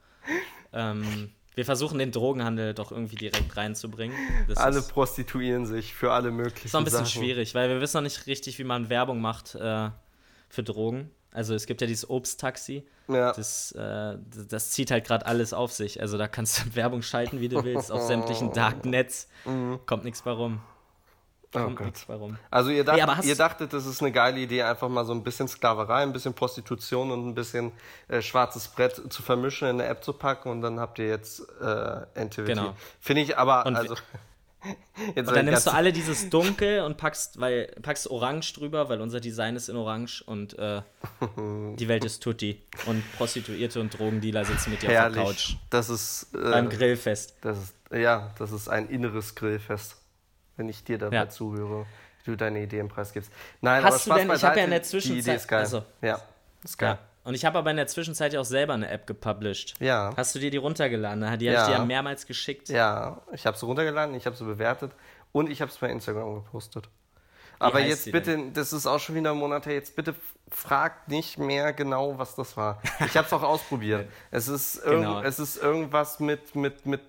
Ähm, wir versuchen den Drogenhandel doch irgendwie direkt reinzubringen. Das alle ist, prostituieren sich für alle möglichen ist noch ein bisschen Sachen. schwierig, weil wir wissen noch nicht richtig, wie man Werbung macht äh, für Drogen. Also es gibt ja dieses Obsttaxi. Ja. Das, äh, das zieht halt gerade alles auf sich. Also da kannst du Werbung schalten, wie du willst, auf sämtlichen Darknets. Mhm. Kommt nichts bei rum. Kommt oh nichts bei rum. Also ihr, dacht, hey, ihr dachtet, das ist eine geile Idee, einfach mal so ein bisschen Sklaverei, ein bisschen Prostitution und ein bisschen äh, schwarzes Brett zu vermischen, in eine App zu packen und dann habt ihr jetzt äh, N T V T. Genau. Finde ich aber, und also... Jetzt und dann nimmst du alle dieses Dunkel und packst, weil, packst Orange drüber, weil unser Design ist in Orange und äh, die Welt ist Tutti. Und Prostituierte und Drogendealer sitzen mit dir Herrlich. auf der Couch. Das ist... Äh, beim Grillfest. Das ist, ja, das ist ein inneres Grillfest, wenn ich dir dabei ja. zuhöre, wie du deine Ideen preisgibst. Nein, Hast aber du denn, ich habe ja in der Zwischenzeit... Die Idee ist geil. Also, ja, ist geil. Ja. Und ich habe aber in der Zwischenzeit ja auch selber eine App gepublished. Ja. Hast du dir die runtergeladen? Die ja. habe ich dir ja mehrmals geschickt. Ja, ich habe sie runtergeladen, ich habe sie bewertet und ich habe es bei Instagram gepostet. Wie aber jetzt bitte, denn? Das ist auch schon wieder ein Monat her, jetzt bitte fragt nicht mehr genau, was das war. Ich habe es auch ausprobiert. Es ist, irg- genau. es ist irgendwas mit, mit, mit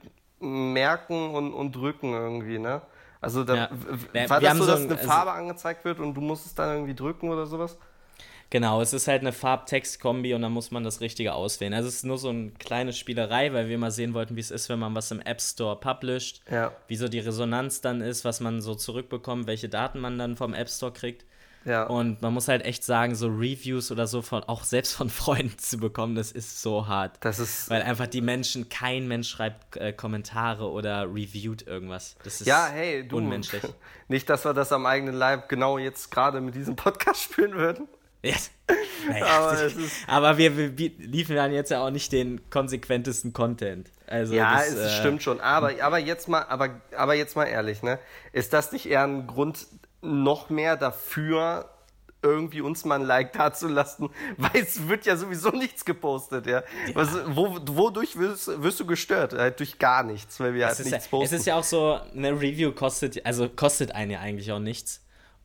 Merken und, und Drücken irgendwie, ne? Also da, ja. w- war das so, dass so ein, eine Farbe also, angezeigt wird und du musst es dann irgendwie drücken oder sowas? Genau, es ist halt eine Farb-Text-Kombi und dann muss man das Richtige auswählen. Also es ist nur so eine kleine Spielerei, weil wir mal sehen wollten, wie es ist, wenn man was im App Store publisht, ja. wie so die Resonanz dann ist, was man so zurückbekommt, welche Daten man dann vom App Store kriegt. Ja. Und man muss halt echt sagen, so Reviews oder so, von auch selbst von Freunden zu bekommen, das ist so hart. Das ist weil einfach die Menschen, kein Mensch schreibt äh, Kommentare oder reviewt irgendwas. Das ist ja, hey, du, unmenschlich. Nicht, dass wir das am eigenen Leib genau jetzt gerade mit diesem Podcast spielen würden. Yes. Naja, aber, das, es ist, aber wir, wir liefern dann jetzt ja auch nicht den konsequentesten Content. Also ja, das, es äh, stimmt schon. Aber, aber, jetzt mal, aber, aber jetzt mal ehrlich, ne? Ist das nicht eher ein Grund noch mehr dafür, irgendwie uns mal ein Like dazulassen? Weil es wird ja sowieso nichts gepostet, ja. ja. Was, wo, wodurch wirst, wirst du gestört? Halt durch gar nichts, weil wir es halt nichts ja, posten. Es ist ja auch so, eine Review kostet, also kostet einen ja eigentlich auch nichts.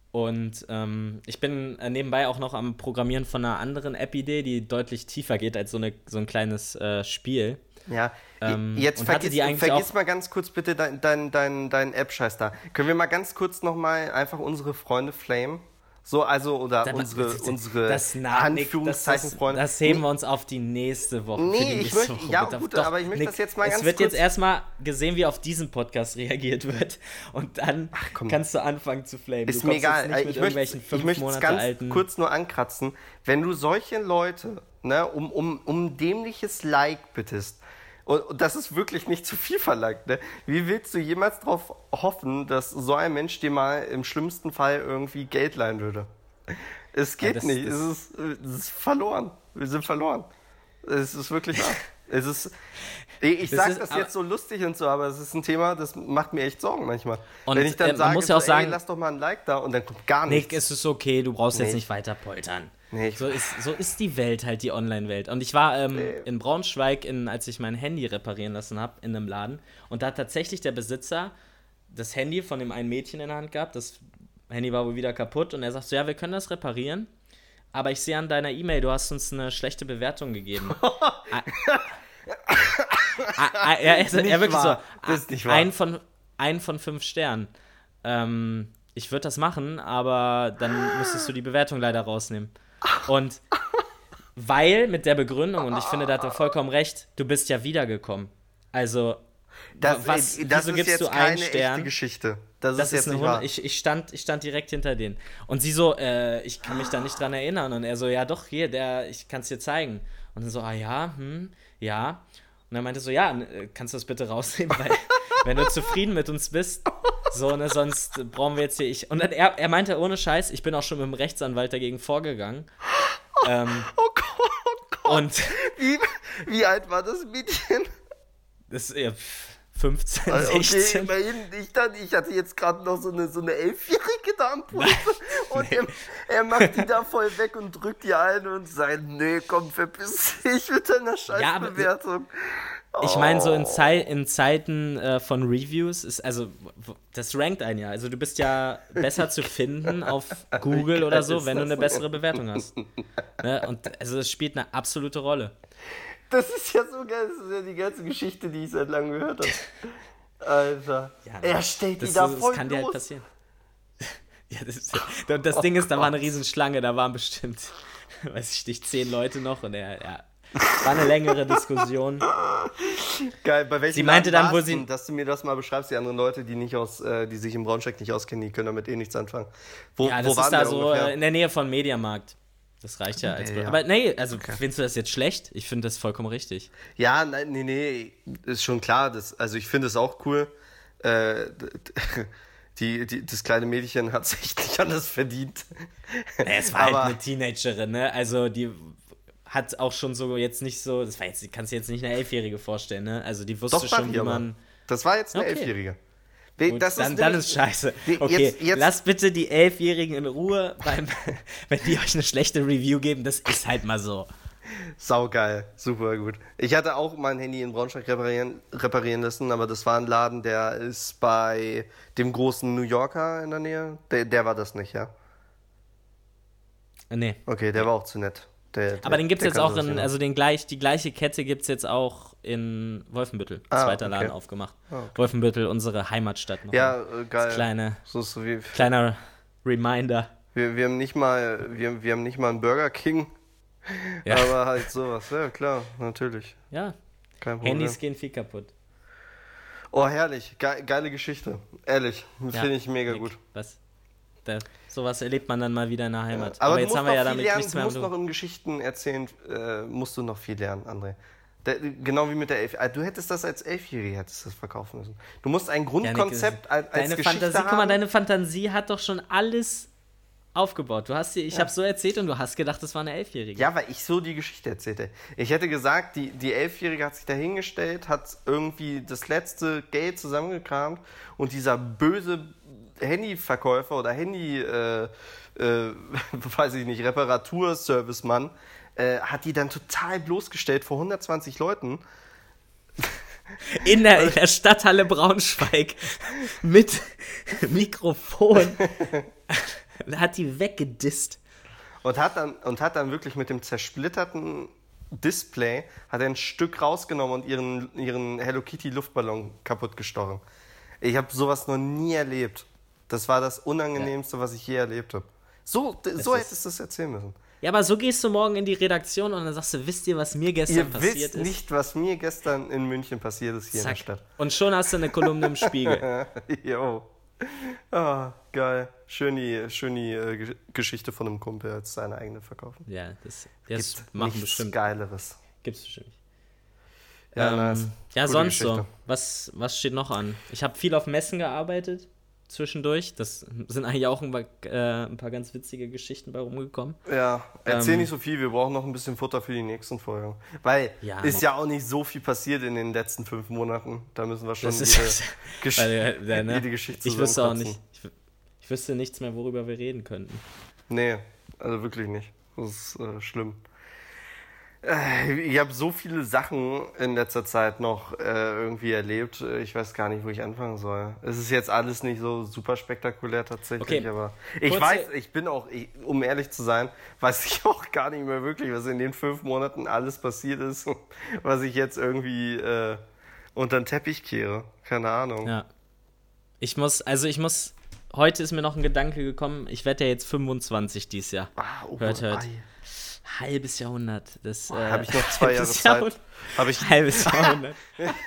Und ähm, ich bin nebenbei auch noch am Programmieren von einer anderen App-Idee, die deutlich tiefer geht als so, eine, so ein kleines äh, Spiel. Ja, ähm, jetzt vergiss, die vergiss mal ganz kurz bitte deinen dein, dein, dein App-Scheiß da. Können wir mal ganz kurz nochmal einfach unsere Freunde flamen? So, also, oder das, unsere, das, unsere das, Anführungszeichen das, Freunde. Das heben wir uns auf die nächste Woche. Nee, die ich nächste möchte, Woche. ja Bitte. gut, Doch, aber ich möchte Nick, das jetzt mal ganz kurz... Es wird kurz jetzt erstmal gesehen, wie auf diesen Podcast reagiert wird und dann Ach, kannst du anfangen zu flamen. Ist du mir egal, nicht ich möchte ich möchte es ganz alten... kurz nur ankratzen. Wenn du solche Leute, ne, um, um, um dämliches Like bittest, und das ist wirklich nicht zu viel verlangt. Ne? Wie willst du jemals darauf hoffen, dass so ein Mensch dir mal im schlimmsten Fall irgendwie Geld leihen würde? Es geht ja, das, nicht. Das es, ist, es ist verloren. Wir sind verloren. Es ist wirklich wahr. Es ist, ich Das sag ist- das aber- jetzt so lustig und so, aber es ist ein Thema, das macht mir echt Sorgen manchmal. Und, Wenn ich dann äh, man sage, muss ja auch so, sagen- ey, lass doch mal ein Like da und dann kommt gar Nick, nichts. es ist okay, du brauchst jetzt Nee. nicht weiter poltern. Nee, ich- so, ist, so ist die Welt halt, die Online-Welt. Und ich war ähm, Nee. in Braunschweig, in, als ich mein Handy reparieren lassen habe, in einem Laden. Und da hat tatsächlich der Besitzer das Handy von dem einen Mädchen in der Hand gehabt. Das Handy war wohl wieder kaputt. Und er sagt so, ja, wir können das reparieren. Aber ich sehe an deiner E-Mail, du hast uns eine schlechte Bewertung gegeben. ah, ah, ah, er, er, Nicht er wirklich wahr. so, Das ist nicht wahr. ein von, ein von fünf Sternen. Ähm, ich würde das machen, aber dann müsstest du die Bewertung leider rausnehmen. Und weil mit der Begründung, und ich finde, da hat er vollkommen recht, du bist ja wiedergekommen. Also, das, was- ey, das wieso ist gibst jetzt du einen keine Stern? echte Geschichte. Das, das ist ist jetzt eine nicht wahr. Hunde. Ich, ich, stand, ich stand direkt hinter denen. Und sie so, äh, ich kann mich da nicht dran erinnern. Und er so, ja doch, hier, der, ich kann es dir zeigen. Und dann so, ah ja, hm, ja. Und er meinte so, ja, n- kannst du das bitte rausnehmen, weil wenn du zufrieden mit uns bist, so, ne, sonst brauchen wir jetzt hier, ich. Und dann er, er meinte, ohne Scheiß, ich bin auch schon mit dem Rechtsanwalt dagegen vorgegangen. Ähm, Oh Gott, oh Gott. und Wie, wie alt war das Mädchen? das ist ja fünfzehn, Also, okay, sechzehn. immerhin, ich, dachte, ich hatte jetzt gerade noch so eine, so eine Elfjährige da am Pult und er, er macht die da voll weg und drückt die ein und sagt, nee, komm, verpiss dich mit deiner Ja, aber- Scheißbewertung. Ich meine, so in, Oh. Zei in Zeiten äh, von Reviews ist, also, w- das rankt einen ja. Also, du bist ja besser zu finden auf Google oder so, ist wenn du das eine denn? bessere Bewertung hast. Ne? Und also, es spielt eine absolute Rolle. Das ist ja so geil, das ist ja die ganze Geschichte, die ich seit langem gehört habe. Alter. Ja, er stellt die das, da das voll kann dir halt bloß. passieren. Ja, das ist, und das Ding ist, da war eine Riesenschlange, da waren bestimmt, weiß ich nicht, zehn Leute noch und er, ja. War eine längere Diskussion. Geil, bei welchem Sie meinte Laden dann, wo warst sie- du, dass du mir das mal beschreibst, die anderen Leute, die nicht aus, äh, die sich im Braunschweig nicht auskennen, die können damit eh nichts anfangen. Wo, Ja, wo das waren ist da wir so ungefähr? äh, in der Nähe von Mediamarkt. Das reicht ja als. Okay, ja. Aber nee, also findest du das jetzt schlecht? Ich finde das vollkommen richtig. Ja, nein, nee, nee, ist schon klar. Das, also ich finde es auch cool. Äh, die, die, das kleine Mädchen hat sich echt nicht anders verdient. Naja, es war halt Aber- eine Teenagerin, ne? Also die hat auch schon so jetzt nicht so, das war jetzt, kannst du jetzt nicht eine Elfjährige vorstellen, ne? Also die wusste Doch, war schon, die wie aber. man. Das war jetzt eine Okay. Elfjährige. We- Gut, das dann, ist dann nämlich- ist scheiße. Nee, Okay, jetzt- jetzt- lasst bitte die Elfjährigen in Ruhe, beim, wenn die euch eine schlechte Review geben, das ist halt mal so. Saugeil, super gut. Ich hatte auch mein Handy in Braunschweig reparieren, reparieren lassen, aber das war ein Laden, der ist bei dem großen New Yorker in der Nähe. Der, der war das nicht, ja? Äh, Nee. Okay, der war auch zu nett. Der, der, Aber den gibt's der jetzt kannte auch das in, genau. also den gleich, die gleiche Kette gibt's jetzt auch in Wolfenbüttel. Ah, Zweiter okay. Laden aufgemacht. Ah, okay. Wolfenbüttel, unsere Heimatstadt noch. Ja, äh, geil. Das kleine, So ist so wie, kleiner Reminder. wir, wir haben nicht mal, wir, wir haben nicht mal einen Burger King, Ja. aber halt sowas. Ja, klar, natürlich. Ja, Kein Problem. Handys gehen viel kaputt. Oh, herrlich. Ge geile Geschichte. Ehrlich. Ja, Finde ich mega Nick, gut. Was? Da, sowas erlebt man dann mal wieder in der Heimat. Aber, Aber du jetzt musst haben wir noch ja viel damit lernen, nichts du mehr musst am noch Blut. im Geschichten erzählen, äh, musst du noch viel lernen, André. Der, genau wie mit der Elf. äh, Du hättest das als Elfjährige hättest das verkaufen müssen. Du musst ein Ja, Nick, Grundkonzept als, als deine Geschichte Fantasie, haben. guck mal, deine Fantasie hat doch schon alles aufgebaut. Du hast dir, ich habe so erzählt und du hast gedacht, das war eine Elfjährige. Ja, weil ich so die Geschichte erzählte. Ich hätte gesagt, die, die Elfjährige hat sich da hingestellt, hat irgendwie das letzte Geld zusammengekramt und dieser böse Handyverkäufer oder Handy, äh, äh, weiß ich nicht, Reparaturservice-Mann, äh, hat die dann total bloßgestellt vor hundertzwanzig Leuten. In der, in der Stadthalle Braunschweig mit Mikrofon hat die weggedisst. Und hat dann, und hat dann wirklich mit dem zersplitterten Display hat er ein Stück rausgenommen und ihren, ihren Hello Kitty Luftballon kaputt gestochen. Ich habe sowas noch nie erlebt. Das war das Unangenehmste, was ich je erlebt habe. So, d- so ist- hättest du es erzählen müssen. Ja, aber so gehst du morgen in die Redaktion und dann sagst du, wisst ihr, was mir gestern Ihr passiert wisst ist? nicht, was mir gestern in München passiert ist hier in Zack. der Stadt. Und schon hast du eine Kolumne im Spiegel. Jo. Ah, geil. Schön die, schön die äh, Gesch- Geschichte von einem Kumpel als seine eigene verkaufen. Ja, das, das Gibt machen nichts bestimmt. Geileres. Gibt's bestimmt nicht. Ja, ähm, nice. ja Gute sonst so. Geschichte. Was, was steht noch an? Ich habe viel auf Messen gearbeitet. zwischendurch. Das sind eigentlich auch ein paar, äh, ein paar ganz witzige Geschichten bei rumgekommen. Ja, erzähl Ähm, nicht so viel, wir brauchen noch ein bisschen Futter für die nächsten Folgen. Weil Ja, ist ne- ja auch nicht so viel passiert in den letzten fünf Monaten. Da müssen wir schon Das jede, ist Gesch weil, äh, ne? jede Geschichte Ich wüsste auch zusammenkratzen. nicht. Ich, wü- ich wüsste nichts mehr, worüber wir reden könnten. Nee, also wirklich nicht. Das ist äh, schlimm. Äh, Ich habe so viele Sachen in letzter Zeit noch äh, irgendwie erlebt. Äh, Ich weiß gar nicht, wo ich anfangen soll. Es ist jetzt alles nicht so super spektakulär tatsächlich, Okay. aber ich Kurze- weiß, ich bin auch, ich, um ehrlich zu sein, weiß ich auch gar nicht mehr wirklich, was in den fünf Monaten alles passiert ist, was ich jetzt irgendwie äh, unter den Teppich kehre. Keine Ahnung. Ja. Ich muss, also ich muss, heute ist mir noch ein Gedanke gekommen, ich werde ja jetzt fünfundzwanzig dieses Jahr. Ah, oh, Hört, hört. ei. Halbes Jahrhundert. Das, äh, Habe ich noch zwei Jahre halbes Zeit? Jahrhundert. Habe ich Halbes Jahrhundert.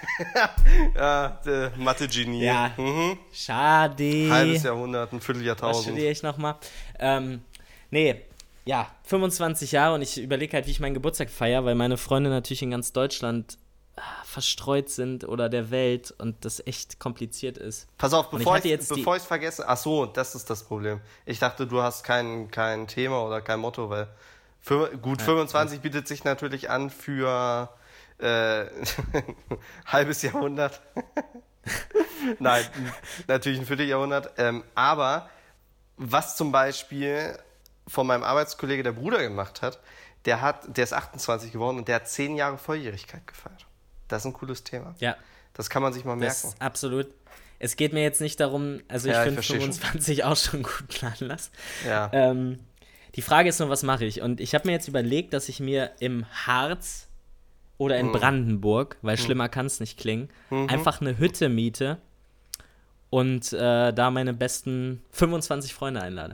ja, der Mathe-Genie. Ja. Mhm. Schade. Halbes Jahrhundert, ein Was Vierteljahrtausend. studiere ich nochmal? Ähm, nee, ja, fünfundzwanzig Jahre und ich überlege halt, wie ich meinen Geburtstag feiere, weil meine Freunde natürlich in ganz Deutschland ah, verstreut sind oder der Welt und das echt kompliziert ist. Pass auf, Und ich bevor hatte ich jetzt die- bevor ich es vergesse. Ach so, das ist das Problem. Ich dachte, du hast kein, kein Thema oder kein Motto, weil für, gut, fünfundzwanzig bietet sich natürlich an für äh, halbes Jahrhundert. Nein, natürlich ein Vierteljahrhundert. Ähm, aber was zum Beispiel von meinem Arbeitskollege der Bruder gemacht hat, der hat, der ist achtundzwanzig geworden und der hat zehn Jahre Volljährigkeit gefeiert. Das ist ein cooles Thema. Ja, Das kann man sich mal das merken. ist absolut. Es geht mir jetzt nicht darum, also ich Ja, ich finde verstehe schon. fünfundzwanzig auch schon einen guten Anlass. Ja. Ähm, die Frage ist nur, was mache ich? Und ich habe mir jetzt überlegt, dass ich mir im Harz oder Hm. in Brandenburg, weil schlimmer kann es nicht klingen, Mhm. einfach eine Hütte miete und äh, da meine besten fünfundzwanzig Freunde einlade.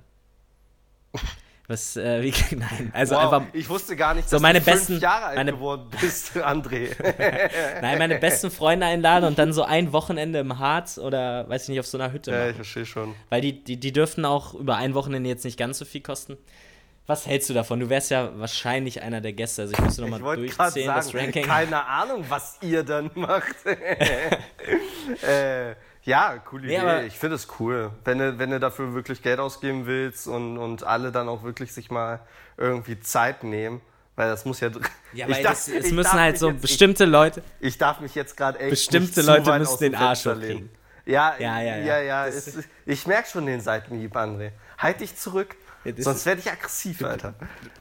Was, äh, wie, nein, also wow, einfach, ich wusste gar nicht, so dass meine du fünf besten- Jahre alt meine- geworden bist, André. nein, meine besten Freunde einladen und dann so ein Wochenende im Harz oder, weiß ich nicht, auf so einer Hütte Ja, ich machen. verstehe schon. Weil die, die, die dürften auch über ein Wochenende jetzt nicht ganz so viel kosten. Was hältst du davon? Du wärst ja wahrscheinlich einer der Gäste, also ich müsste Ich nochmal wollte gerade durchzählen, das sagen, Ranking. keine Ahnung, was ihr dann macht. äh, ja, coole Nee, Idee. aber- Ich finde es cool, wenn du, wenn du dafür wirklich Geld ausgeben willst und, und alle dann auch wirklich sich mal irgendwie Zeit nehmen. Weil das muss ja... dr- Ja, Ich weil darf- das, es ich müssen darf halt mich so jetzt- bestimmte Leute, Ich, ich darf mich jetzt gerade echt Bestimmte nicht zu Leute weit müssen aus dem den Arsch Fenster hochkriegen. lehnen. Ja, Ja, ja, ja, ja. ja. ja, Das es, ich merke schon den Seitenhieb, André. Halt dich zurück, Ja, das sonst ist- werde ich aggressiv, Alter.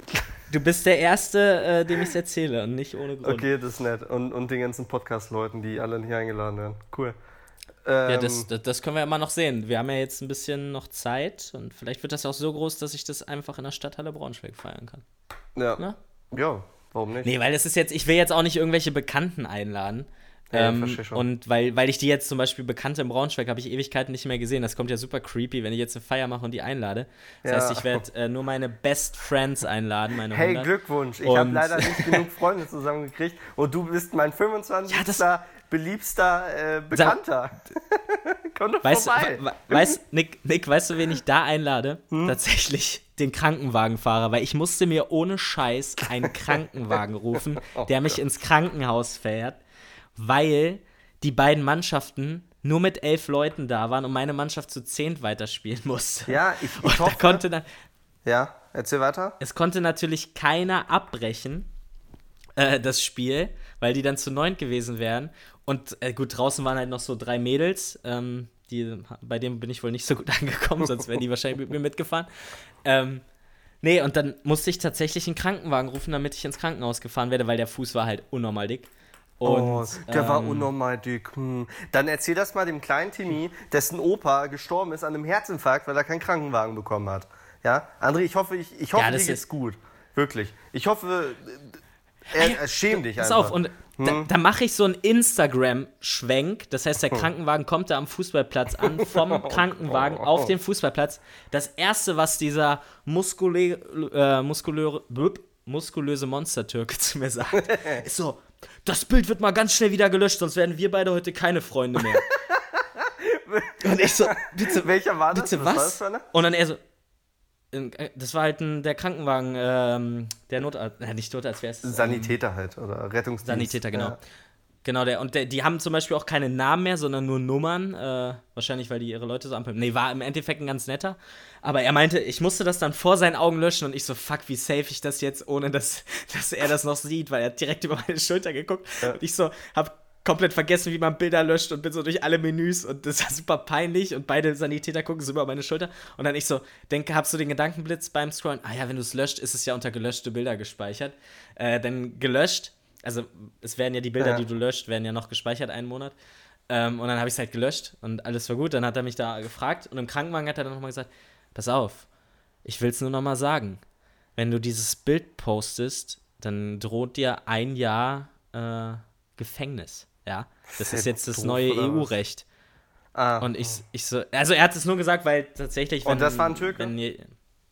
du bist der Erste, äh, dem ich es erzähle und nicht ohne Grund. Okay, das ist nett. Und, und den ganzen Podcast-Leuten, die alle nicht eingeladen werden. Cool. Ähm, Ja, das, das, das können wir immer noch sehen. Wir haben ja jetzt ein bisschen noch Zeit und vielleicht wird das ja auch so groß, dass ich das einfach in der Stadthalle Braunschweig feiern kann. ja. Ne? ja, warum nicht? Nee, weil das ist jetzt, ich will jetzt auch nicht irgendwelche Bekannten einladen. Ja, ähm, verstehe schon. und weil, weil ich die jetzt zum Beispiel Bekannte in Braunschweig habe ich Ewigkeiten nicht mehr gesehen. Das kommt ja super creepy, wenn ich jetzt eine Feier mache und die einlade. Das Ja. heißt, ich werde äh, nur meine Best Friends einladen, meine Hey, hundert. Glückwunsch. Ich habe Und- leider nicht genug Freunde zusammengekriegt und du bist mein fünfundzwanzigster Ja, beliebster äh, Bekannter. Komm doch Weißt, du, vorbei. we- we- weißt, Nick, Nick, weißt du, wen ich da einlade? Hm? Tatsächlich den Krankenwagenfahrer, weil ich musste mir ohne Scheiß einen Krankenwagen rufen, Oh der mich ins Krankenhaus fährt, weil die beiden Mannschaften nur mit elf Leuten da waren und meine Mannschaft zu zehnt weiterspielen musste. Ja, ich, ich und da hoffe... konnte dann, ja, erzähl weiter. es konnte natürlich keiner abbrechen, äh, das Spiel, weil die dann zu neunt gewesen wären. Und äh, gut, draußen waren halt noch so drei Mädels, ähm, die, bei denen bin ich wohl nicht so gut angekommen, sonst wären die wahrscheinlich mit mir mitgefahren. Ähm, nee, und dann musste ich tatsächlich einen Krankenwagen rufen, damit ich ins Krankenhaus gefahren werde, weil der Fuß war halt unnormal dick. Und, oh, der war ähm, unnormal dick. Hm. Dann erzähl das mal dem kleinen Timmy, dessen Opa gestorben ist an einem Herzinfarkt, weil er keinen Krankenwagen bekommen hat. Ja, André, ich hoffe, ich, ich hoffe, Ja, dir das geht's ist- gut. Wirklich. Ich hoffe, äh, er, er schäm dich Pass einfach. auf, und Hm? da, da mache ich so einen Instagram-Schwenk. Das heißt, der Krankenwagen kommt da am Fußballplatz an, vom Krankenwagen auf den Fußballplatz. Das Erste, was dieser muskulö äh, muskulöre, blub, muskulöse Monster-Türke zu mir sagt, ist so, das Bild wird mal ganz schnell wieder gelöscht, sonst werden wir beide heute keine Freunde mehr. Und ich so, bitte, Welcher war das? bitte war das was? für einer? Und dann er so, äh, das war halt ein, der Krankenwagen, ähm, der Notarzt, äh, nicht Notarzt, wer ist das? Sanitäter halt oder Rettungsdienst. Sanitäter, genau. Ja. Genau, der, und der, die haben zum Beispiel auch keine Namen mehr, sondern nur Nummern. Äh, wahrscheinlich, weil die ihre Leute so anpimpen. Nee, war im Endeffekt ein ganz netter. Aber er meinte, ich musste das dann vor seinen Augen löschen und ich so, fuck, wie safe ich das jetzt, ohne dass, dass er das noch sieht, weil er hat direkt über meine Schulter geguckt. Ja. Und ich so, hab komplett vergessen, wie man Bilder löscht und bin so durch alle Menüs und das war super peinlich und beide Sanitäter gucken so über meine Schulter und dann ich so, denke, hab so den Gedankenblitz beim Scrollen, ah ja, wenn du es löscht, ist es ja unter gelöschte Bilder gespeichert. Äh, dann gelöscht. Also es werden ja die Bilder, ja. die du löscht, werden ja noch gespeichert einen Monat. Ähm, und dann habe ich es halt gelöscht und alles war gut. Dann hat er mich da gefragt und im Krankenwagen hat er dann nochmal gesagt, pass auf, ich will es nur nochmal sagen. Wenn du dieses Bild postest, dann droht dir ein Jahr äh, Gefängnis. Ja, das ist jetzt das neue E U-Recht. Ah. Und ich, ich so, also er hat es nur gesagt, weil tatsächlich, wenn... Und das war ein Türke? Wenn, ja,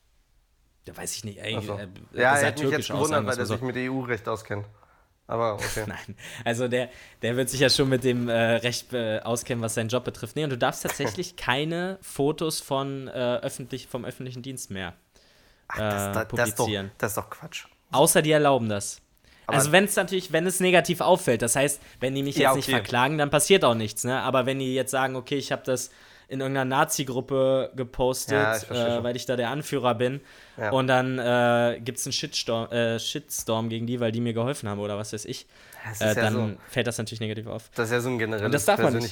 weiß ich nicht. Ey, so. äh, ja, er hat mich jetzt gewundert, weil er so. sich mit E U-Recht auskennt. Aber okay. Nein, also der, der wird sich ja schon mit dem äh, Recht äh, auskennen, was seinen Job betrifft. Nee, und du darfst tatsächlich keine Fotos von, äh, öffentlich, vom öffentlichen Dienst mehr Ach, das, äh, das, publizieren. Das ist, doch, das ist doch Quatsch. Außer die erlauben das. Aber also wenn es natürlich, wenn es negativ auffällt, das heißt, wenn die mich jetzt ja, okay. nicht verklagen, dann passiert auch nichts, ne? Aber wenn die jetzt sagen, okay, ich habe das in irgendeiner Nazi-Gruppe gepostet, ja, ich äh, weil ich da der Anführer bin. Ja. Und dann äh, gibt es einen Shitstorm, äh, Shitstorm gegen die, weil die mir geholfen haben oder was weiß ich. Äh, ja dann so, fällt das natürlich negativ auf. Das ist ja so ein generelles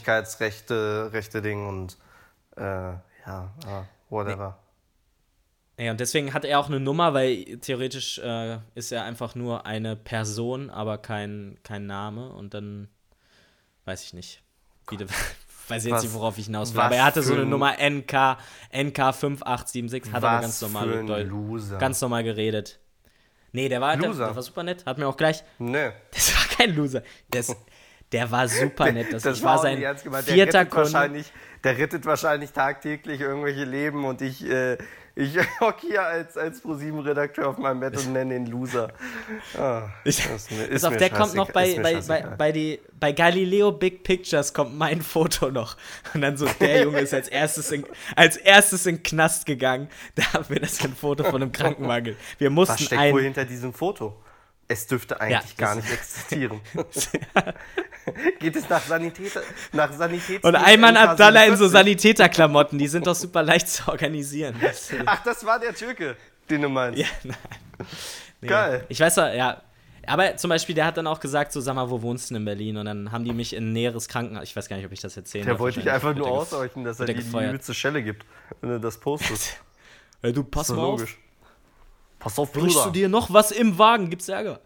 Persönlichkeitsrechte-Ding und äh, ja, uh, whatever. Nee. Ja, und deswegen hat er auch eine Nummer, weil theoretisch äh, ist er einfach nur eine Person, aber kein, kein Name. Und dann weiß ich nicht, wie de- weiß jetzt was, nicht, worauf ich hinaus will. Aber er hatte so eine Nummer N K, N K fünf acht sieben sechs, hat aber ganz normal, doll, ganz normal geredet. Nee, der war, der, der war super nett, hat mir auch gleich... Nee. Das war kein Loser. Das, der war super nett. Das, das ich war, war sein gemeint, vierter der Kunde. Wahrscheinlich, der rettet wahrscheinlich tagtäglich irgendwelche Leben und ich... Äh, Ich hocke hier als, als ProSieben-Redakteur auf meinem Bett und nenne ihn Loser. Oh, ich, ist mir, ist auf der kommt noch bei, bei, bei, bei, die, bei Galileo Big Pictures kommt mein Foto noch. Und dann so, der Junge ist als erstes in, als erstes in den Knast gegangen. Da haben wir das ein Foto von einem Krankenwagen. Wir mussten Was steckt ein, wohl hinter diesem Foto? Es dürfte eigentlich ja, gar nicht existieren. Geht es nach Sanitäter, nach Sanitäts- Und Ayman Abdallah in so Sanitäterklamotten, die sind doch super leicht zu organisieren. Ach, das war der Türke, den du meinst. Ja, nein. Nee. Geil. Ich weiß doch, ja. Aber zum Beispiel, der hat dann auch gesagt, so, sag mal, wo wohnst du denn in Berlin? Und dann haben die mich in ein näheres Krankenhaus, ich weiß gar nicht, ob ich das erzählen darf. Der wollte dich einfach nur aushorchen, dass er dir die übelste Schelle gibt, wenn du das postest. Hey, du, pass mal auf. Pass auf, Bruder. Brichst du dir noch was im Wagen? Gibt's Ärger?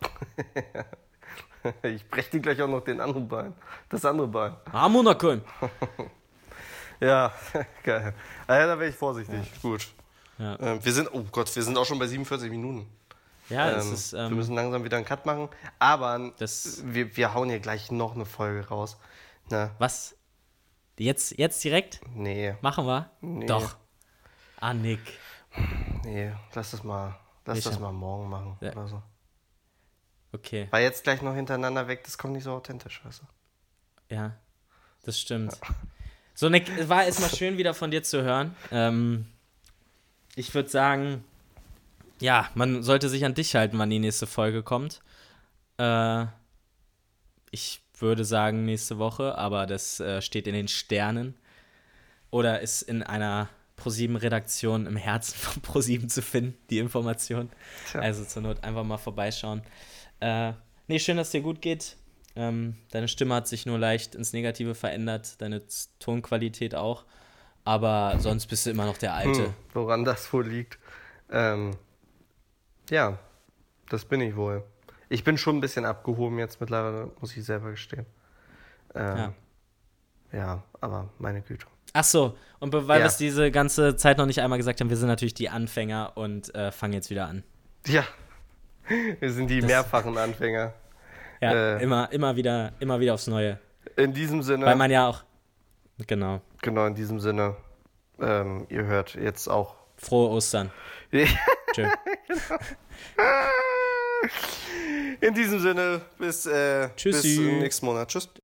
Ich brech dir gleich auch noch den anderen Bein. Das andere Bein. Ah, Monaco. Ja, geil. Ah, ja, da wäre ich vorsichtig. Ja. Gut. Ja. Ähm, wir sind, oh Gott, wir sind auch schon bei siebenundvierzig Minuten. Ja, ähm, das ist... Ähm, wir müssen langsam wieder einen Cut machen. Aber das, wir, wir hauen hier gleich noch eine Folge raus. Na? Was? Jetzt, jetzt direkt? Nee. Machen wir? Nee. Doch. Ah, Nick. Nee, lass das mal, lass Sicher? das mal morgen machen. Ja. Oder so. Okay. Weil jetzt gleich noch hintereinander weg, das kommt nicht so authentisch, weißt du? Ja, das stimmt. Ja. So, Nick, es war erstmal schön, wieder von dir zu hören. Ähm, ich würde sagen, ja, man sollte sich an dich halten, wann die nächste Folge kommt. Äh, ich würde sagen, nächste Woche, aber das äh, steht in den Sternen. Oder ist in einer ProSieben-Redaktion im Herzen von ProSieben zu finden, die Information. Tja. Also zur Not einfach mal vorbeischauen. Äh, nee, schön, dass es dir gut geht. Ähm, deine Stimme hat sich nur leicht ins Negative verändert, deine Z- Tonqualität auch. Aber sonst bist du immer noch der Alte. Hm, woran das wohl liegt? Ähm, ja, das bin ich wohl. Ich bin schon ein bisschen abgehoben jetzt mittlerweile, muss ich selber gestehen. Ähm, ja. ja, aber meine Güte. Ach so, und weil Ja. wir es diese ganze Zeit noch nicht einmal gesagt haben, wir sind natürlich die Anfänger und äh, fangen jetzt wieder an. Ja, wir sind die Das- mehrfachen Anfänger. Ja, Äh. immer, immer wieder, immer wieder aufs Neue. In diesem Sinne, Weil man ja auch, genau, genau in diesem Sinne, ähm, ihr hört jetzt auch. frohe Ostern. Tschö. In diesem Sinne, bis, äh, bis Tschüssi. nächsten Monat. Tschüss.